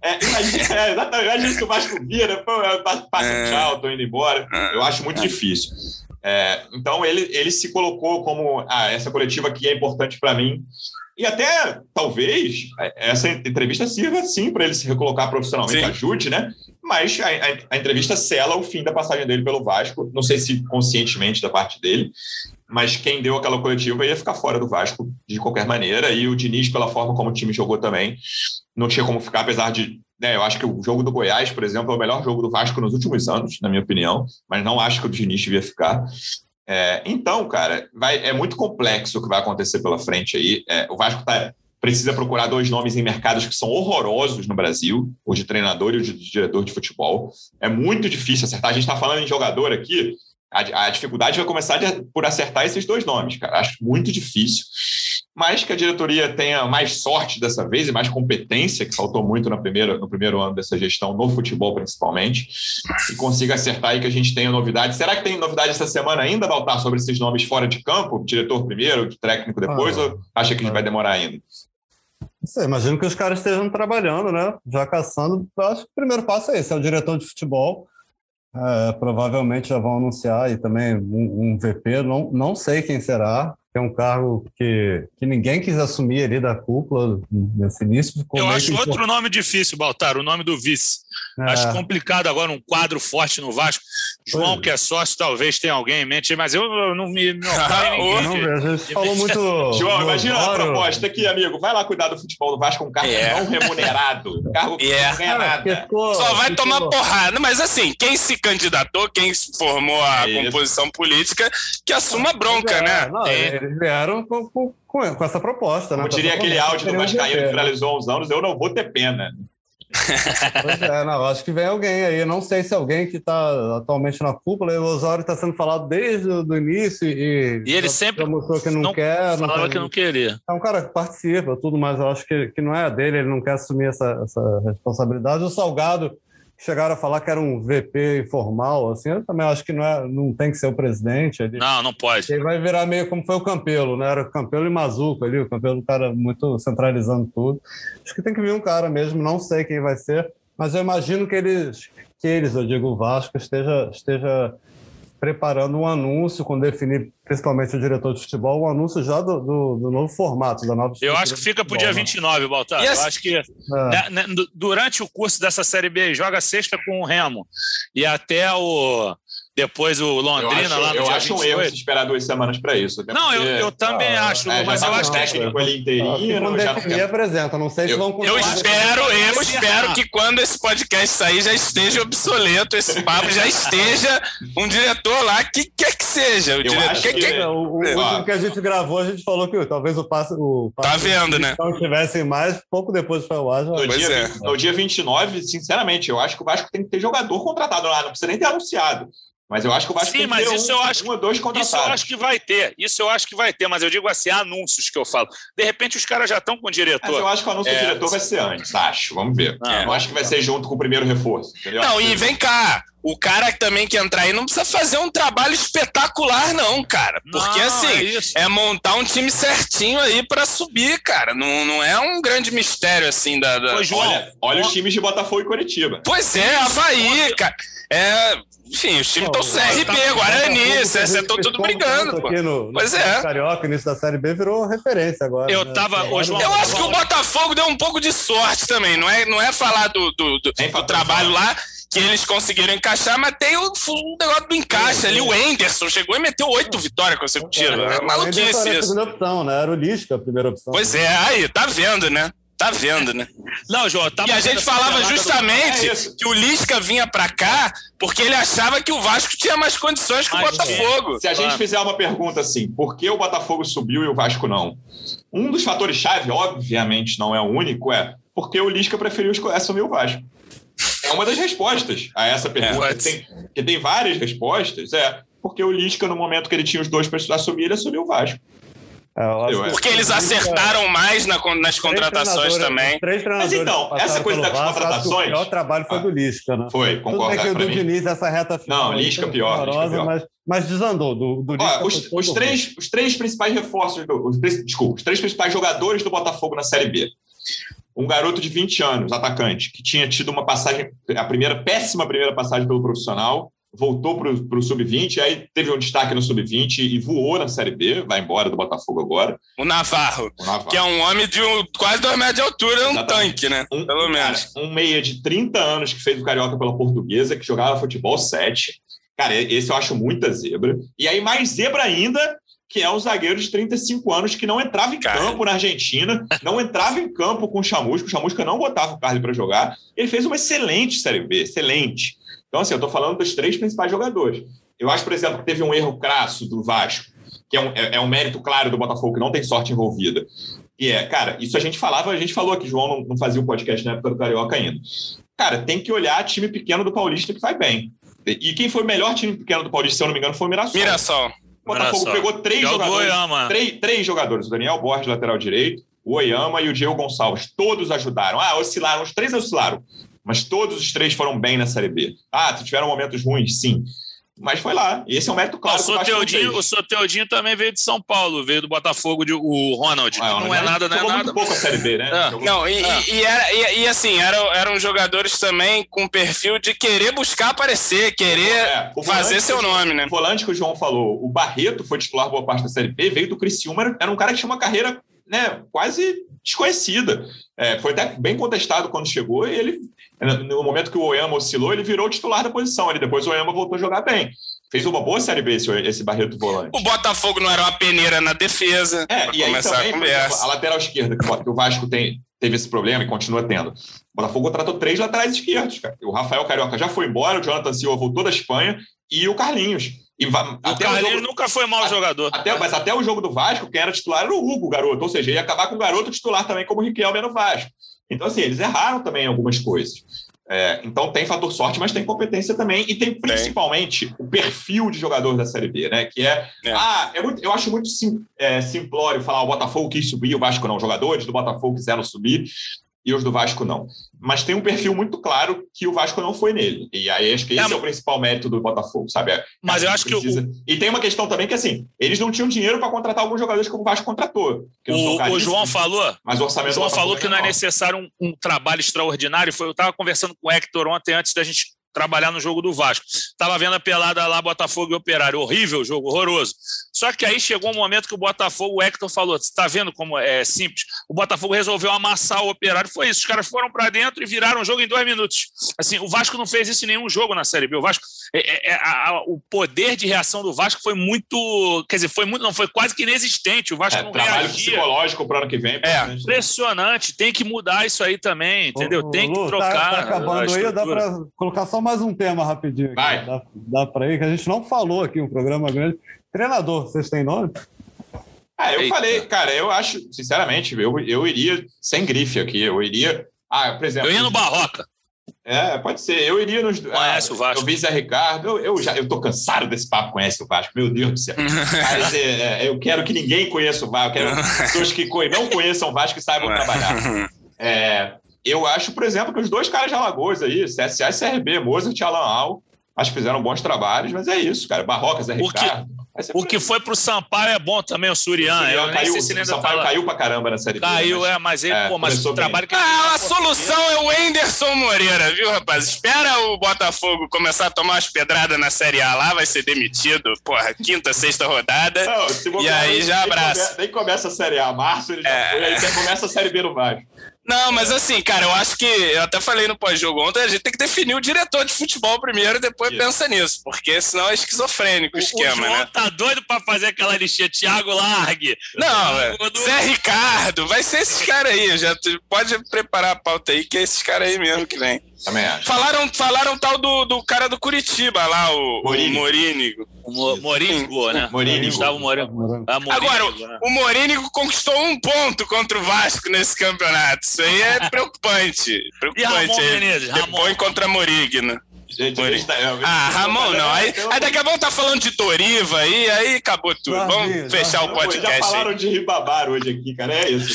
Imagina que o Vasco via, né, passa tchau, tô indo embora. Eu acho muito difícil. Então, ele se colocou como essa coletiva aqui é importante para mim. E até, talvez, essa entrevista sirva, sim, para ele se recolocar profissionalmente, ajude, né? Mas a entrevista sela o fim da passagem dele pelo Vasco. Não sei se conscientemente da parte dele, mas quem deu aquela coletiva ia ficar fora do Vasco de qualquer maneira. E o Diniz, pela forma como o time jogou também, não tinha como ficar, apesar de... eu acho que o jogo do Goiás, por exemplo, é o melhor jogo do Vasco nos últimos anos, na minha opinião, mas não acho que o Diniz devia ficar. Então, cara, é muito complexo o que vai acontecer pela frente aí. O Vasco precisa procurar 2 nomes em mercados que são horrorosos no Brasil, o de treinador e o de diretor de futebol. É muito difícil acertar. A gente está falando em jogador aqui, a dificuldade vai começar por acertar esses 2 nomes, cara. Acho muito difícil. Mas que a diretoria tenha mais sorte dessa vez e mais competência, que faltou muito no primeiro ano dessa gestão, no futebol principalmente, e consiga acertar aí que a gente tenha novidades. Será que tem novidade essa semana ainda, Baltar, sobre esses nomes fora de campo? Diretor primeiro, técnico depois, ou acha que vai demorar ainda? Não sei, imagino que os caras estejam trabalhando, né? Já caçando. Eu acho que o primeiro passo é esse, é o diretor de futebol. Provavelmente já vão anunciar, e também um VP, não sei quem será. É um cargo que ninguém quis assumir ali da cúpula nesse início. Eu acho outro nome difícil, Baltar, o nome do vice. Acho complicado agora um quadro forte no Vasco. João, que é sócio, talvez tenha alguém em mente, mas eu não me ocorre ninguém. A gente falou muito... João, imagina a proposta aqui, amigo. Vai lá cuidar do futebol do Vasco com um cargo não remunerado. Cargo que não ganha nada. Só vai tomar porrada. Mas assim, quem se candidatou, quem formou a composição política, que assuma a bronca, né? Eles vieram com essa proposta, né? Como diria aquele áudio do Vascaíno que finalizou há uns anos, eu não vou ter pena. Pois acho que vem alguém aí. Eu não sei se alguém que está atualmente na cúpula. O Osório está sendo falado desde o início e ele sempre mostrou que não quer. Falava que não queria. É um cara que participa, tudo, mas eu acho que não é dele. Ele não quer assumir essa responsabilidade. O Salgado, que chegaram a falar que era um VP informal, assim, eu também acho que não tem que ser o presidente. Não pode. Ele vai virar meio como foi o Campelo, né? Era o Campelo e Mazuco ali, o Campelo, um cara muito centralizando tudo. Acho que tem que vir um cara mesmo, não sei quem vai ser, mas eu imagino que eles, eu digo o Vasco, esteja preparando um anúncio, quando definir principalmente o diretor de futebol, um anúncio já do novo formato, da nova Eu acho que fica para o dia 29, Baltar. Eu acho que durante o curso dessa Série B, joga sexta com o Remo e até depois o Londrina lá no Eu dia acho 28. um erro se esperar 2 semanas para isso. Não, eu também acho, mas eu acho que... técnico ali inteirinho... Não definir, apresenta, não sei se vão continuar. Eu espero que quando esse podcast sair já esteja obsoleto, esse papo já esteja um diretor lá que quer que seja. O último que a gente gravou, a gente falou que talvez o passe tá vendo, né? Não tivessem mais, pouco depois foi o ar. No dia 29, sinceramente, eu acho que o Vasco tem que ter jogador contratado lá, não precisa nem ter anunciado. Mas eu acho que o Vasco tem que ter um ou dois contratados. Isso eu acho que vai ter. Mas eu digo assim, anúncios que eu falo. De repente os caras já estão com o diretor. Mas eu acho que o anúncio do diretor vai ser antes, acho. Vamos ver. Eu acho que vai ser junto com o primeiro reforço. Entendeu? Não, e vem cá. O cara também que entrar aí não precisa fazer um trabalho espetacular, não, cara. Porque, é montar um time certinho aí pra subir, cara. Não é um grande mistério, assim, Ô, João, olha os times de Botafogo e Coritiba. Pois é, Avaí, cara. Enfim, os times estão CRB, Guarani, estão tudo brigando. Pois é. Carioca, início da Série B, virou referência agora. Eu acho que o Botafogo deu um pouco de sorte também. Não é falar do trabalho lá, que eles conseguiram encaixar, mas tem o negócio do encaixe ali. O Enderson chegou e meteu 8 vitórias consecutivas. Maluquice isso. Era a segunda opção, né? Era o Lisca a primeira opção. Pois é, aí, tá vendo, né? Não, João, e a gente falava justamente que o Lisca vinha pra cá porque ele achava que o Vasco tinha mais condições que o Botafogo. Se a gente fizer uma pergunta assim, por que o Botafogo subiu e o Vasco não? Um dos fatores-chave, obviamente não é o único, é porque o Lisca preferiu assumir o Vasco. É uma das respostas a essa pergunta, que tem várias respostas, porque o Lisca, no momento que ele tinha os dois para assumir, ele assumiu o Vasco. Porque eles acertaram mais nas contratações também. Mas então, essa coisa das contratações... O pior trabalho foi do Lisca, né? Foi, concordo. Tudo bem que o do Diniz, essa reta final... Não, Lisca pior. Mas desandou. Do Lisca os três principais reforços... os três principais jogadores do Botafogo na Série B. Um garoto de 20 anos, atacante, que tinha tido uma passagem... péssima primeira passagem pelo profissional... voltou para o Sub-20, aí teve um destaque no Sub-20 e voou na Série B, vai embora do Botafogo agora. O Navarro, que é um homem de quase 2 metros de altura, um tanque, né? Pelo menos. Cara, um meia de 30 anos que fez o Carioca pela Portuguesa, que jogava futebol 7. Cara, esse eu acho muita zebra. E aí mais zebra ainda, que é um zagueiro de 35 anos que não entrava em campo na Argentina, não entrava em campo com o Chamusca não botava o Carly para jogar. Ele fez uma excelente Série B, excelente. Então, assim, eu estou falando dos 3 principais jogadores. Eu acho, por exemplo, que teve um erro crasso do Vasco, que é um mérito claro do Botafogo, que não tem sorte envolvida. E cara, isso a gente falou aqui, João não fazia um podcast na época do Carioca ainda. Cara, tem que olhar time pequeno do Paulista que vai bem. E quem foi o melhor time pequeno do Paulista, se eu não me engano, foi o Mirassol. O Botafogo pegou 3 jogadores. Três jogadores. O Daniel Borges, lateral direito, o Oyama e o Diego Gonçalves. Todos ajudaram. Oscilaram. Os 3 oscilaram. Mas todos os 3 foram bem na Série B. Tiveram momentos ruins, sim. Mas foi lá. E esse é um mérito claro. O Soteudinho também veio de São Paulo, veio do Botafogo, o Ronald. Não é nada. Jogou muito pouco a Série B, né? Eram jogadores também com perfil de querer buscar aparecer, querer fazer seu nome, né? O volante que o João falou, o Barreto foi titular boa parte da Série B, veio do Criciúma, era um cara que tinha uma carreira, né, quase desconhecida. Foi até bem contestado quando chegou e ele... No momento que o Oyama oscilou, ele virou titular da posição. Depois o Oyama voltou a jogar bem. Fez uma boa Série B esse Barreto volante. O Botafogo não era uma peneira na defesa. E aí também, por exemplo, a lateral esquerda, que o Vasco teve esse problema e continua tendo. O Botafogo contratou 3 laterais esquerdos, cara. O Rafael Carioca já foi embora, o Jonathan Silva voltou da Espanha e o Carlinhos. O Carlinhos nunca foi mau jogador. Mas até o jogo do Vasco, quem era titular era o Hugo, o garoto. Ou seja, ia acabar com o garoto titular também, como o Riquelme no Vasco. Então, assim, eles erraram também em algumas coisas. Então, tem fator sorte, mas tem competência também. E tem, principalmente, o perfil de jogador da Série B, né? Que eu acho muito simplório falar o Botafogo quis subir, o Vasco não. Os jogadores do Botafogo quiseram subir e os do Vasco não. Mas tem um perfil muito claro que o Vasco não foi nele. E aí acho que esse é o principal mérito do Botafogo, sabe? Mas eu acho que... E tem uma questão também que, assim, eles não tinham dinheiro para contratar alguns jogadores que o Vasco contratou. O João falou... Mas o orçamento... O João falou que não é necessário um trabalho extraordinário. Eu estava conversando com o Hector ontem, antes da gente trabalhar no jogo do Vasco. Estava vendo a pelada lá, Botafogo e Operário. Horrível jogo, horroroso. Só que aí chegou um momento que o Hector falou, você está vendo como é simples? O Botafogo resolveu amassar o Operário. Foi isso, os caras foram para dentro e viraram o jogo em 2 minutos. Assim, o Vasco não fez isso em nenhum jogo na Série B. O Vasco, o poder de reação do Vasco foi muito... Quer dizer, foi quase que inexistente. O Vasco não trabalho reagia. Psicológico para o ano que vem. Impressionante. Tem que mudar isso aí também, entendeu? Tem que trocar. Tá acabando aí, dá para colocar só mais um tema rapidinho. Vai. Dá para ir, que a gente não falou aqui, um programa grande. Treinador, vocês têm nome? Eu falei, cara, eu acho, sinceramente, eu iria sem grife aqui, eu iria, por exemplo... Eu ia no Barroca. Pode ser. Eu iria nos... Conhece o Vasco. Eu vi Zé Ricardo. Eu tô cansado desse papo, conhece o Vasco. Meu Deus do céu. Mas eu quero que ninguém conheça o Vasco. Eu quero pessoas que não conheçam o Vasco e saibam trabalhar. Eu acho, por exemplo, que os dois caras de Alagoas aí, CSA e CRB, Mozart e Alan Al, acho que fizeram bons trabalhos, mas é isso, cara. Barroca, Zé Ricardo. O que foi pro Sampaio é bom também, o Surian. O Sampaio caiu pra caramba na Série B. Caiu, mas ele, mas o trabalho que... a solução é o Anderson Moreira, viu, rapaz? Espera o Botafogo começar a tomar umas pedradas na Série A lá, vai ser demitido, quinta, sexta rodada, e aí já abraça. Nem começa a Série A, março ele já foi, aí começa a Série B no Vasco. Não, mas assim, cara, eu acho que, eu até falei no pós-jogo ontem, a gente tem que definir o diretor de futebol primeiro e depois pensa nisso, porque senão é esquizofrênico o esquema, João, né? Tá doido pra fazer aquela listinha, Thiago Largue. Não, Zé Ricardo, vai ser esses caras aí, já pode preparar a pauta aí, que é esses caras aí mesmo que vem. Também acho. Falaram tal do cara do Curitiba lá, o Morínigo. Morínigo, né? Morínigo. Agora, o Morínigo conquistou 1 ponto contra o Vasco nesse campeonato. Isso aí é preocupante. E Ramon Menezes? Depois contra Morigno. Gente, Ramon não. Aí daqui a pouco tá falando de Doriva aí acabou tudo. Vamos fechar o podcast. Já falaram de Ribamar hoje aqui, cara. É isso.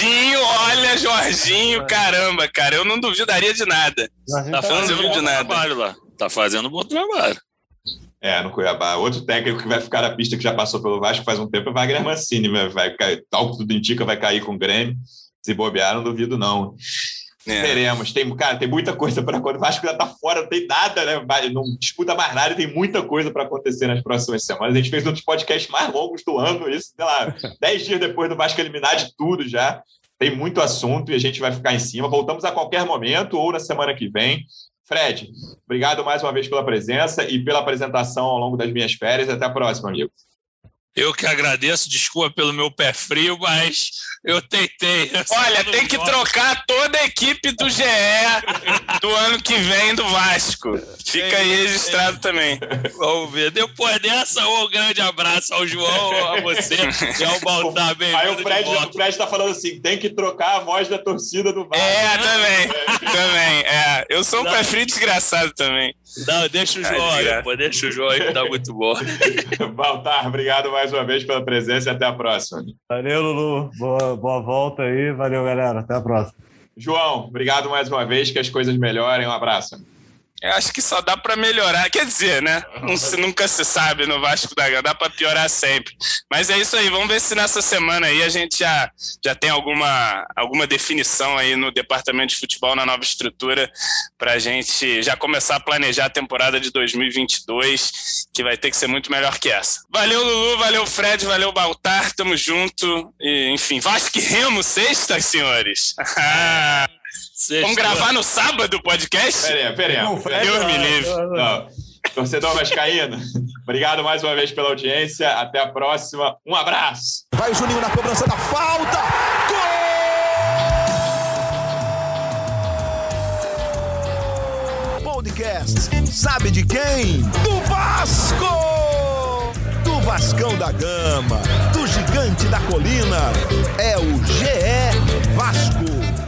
Jorginho, caramba, cara. Eu não duvidaria de nada. Tá fazendo um bom trabalho lá. Tá fazendo um bom trabalho. No Cuiabá. Outro técnico que vai ficar na pista, que já passou pelo Vasco faz um tempo, é Wagner Mancini. Vai cair, tal que tudo indica, vai cair com o Grêmio. Se bobear, não duvido, não. Veremos. Tem muita coisa para acontecer. O Vasco já está fora, não tem nada, né? Não disputa mais nada, tem muita coisa para acontecer nas próximas semanas. A gente fez um dos podcasts mais longos do ano, isso, sei lá, 10 dias depois do Vasco eliminar de tudo já. Tem muito assunto e a gente vai ficar em cima. Voltamos a qualquer momento ou na semana que vem. Fred, obrigado mais uma vez pela presença e pela apresentação ao longo das minhas férias. Até a próxima, amigo. Eu que agradeço, desculpa pelo meu pé frio, mas eu tentei. Olha, tem que trocar toda a equipe do GE do ano que vem do Vasco. Fica aí registrado também. Vamos ver. Depois dessa, um grande abraço ao João, a você e ao Baltar. Aí o Fred está falando assim, tem que trocar a voz da torcida do Vasco. Também. Eu sou um pé frio desgraçado também. Não, deixa o João aí, deixa o João aí que tá muito bom. Baltar, obrigado mais uma vez pela presença e até a próxima. Valeu, Lulu. Boa volta aí. Valeu, galera. Até a próxima. João, obrigado mais uma vez, que as coisas melhorem. Um abraço. Eu acho que só dá para melhorar. Quer dizer, né? Nunca se sabe no Vasco da Gama. Dá para piorar sempre. Mas é isso aí. Vamos ver se nessa semana aí a gente já tem alguma definição aí no departamento de futebol, na nova estrutura, para a gente já começar a planejar a temporada de 2022, que vai ter que ser muito melhor que essa. Valeu, Lulu. Valeu, Fred. Valeu, Baltar. Tamo junto. E, enfim, Vasco e Remo, sexta, senhores. Vamos gravar no sábado o podcast? Peraí. Deus me livre. Torcedor vascaíno, obrigado mais uma vez pela audiência. Até a próxima. Um abraço. Vai o Juninho na cobrança da falta. Gol! Podcast. Sabe de quem? Do Vasco! Do Vascão da Gama. Do Gigante da Colina. É o GE Vasco.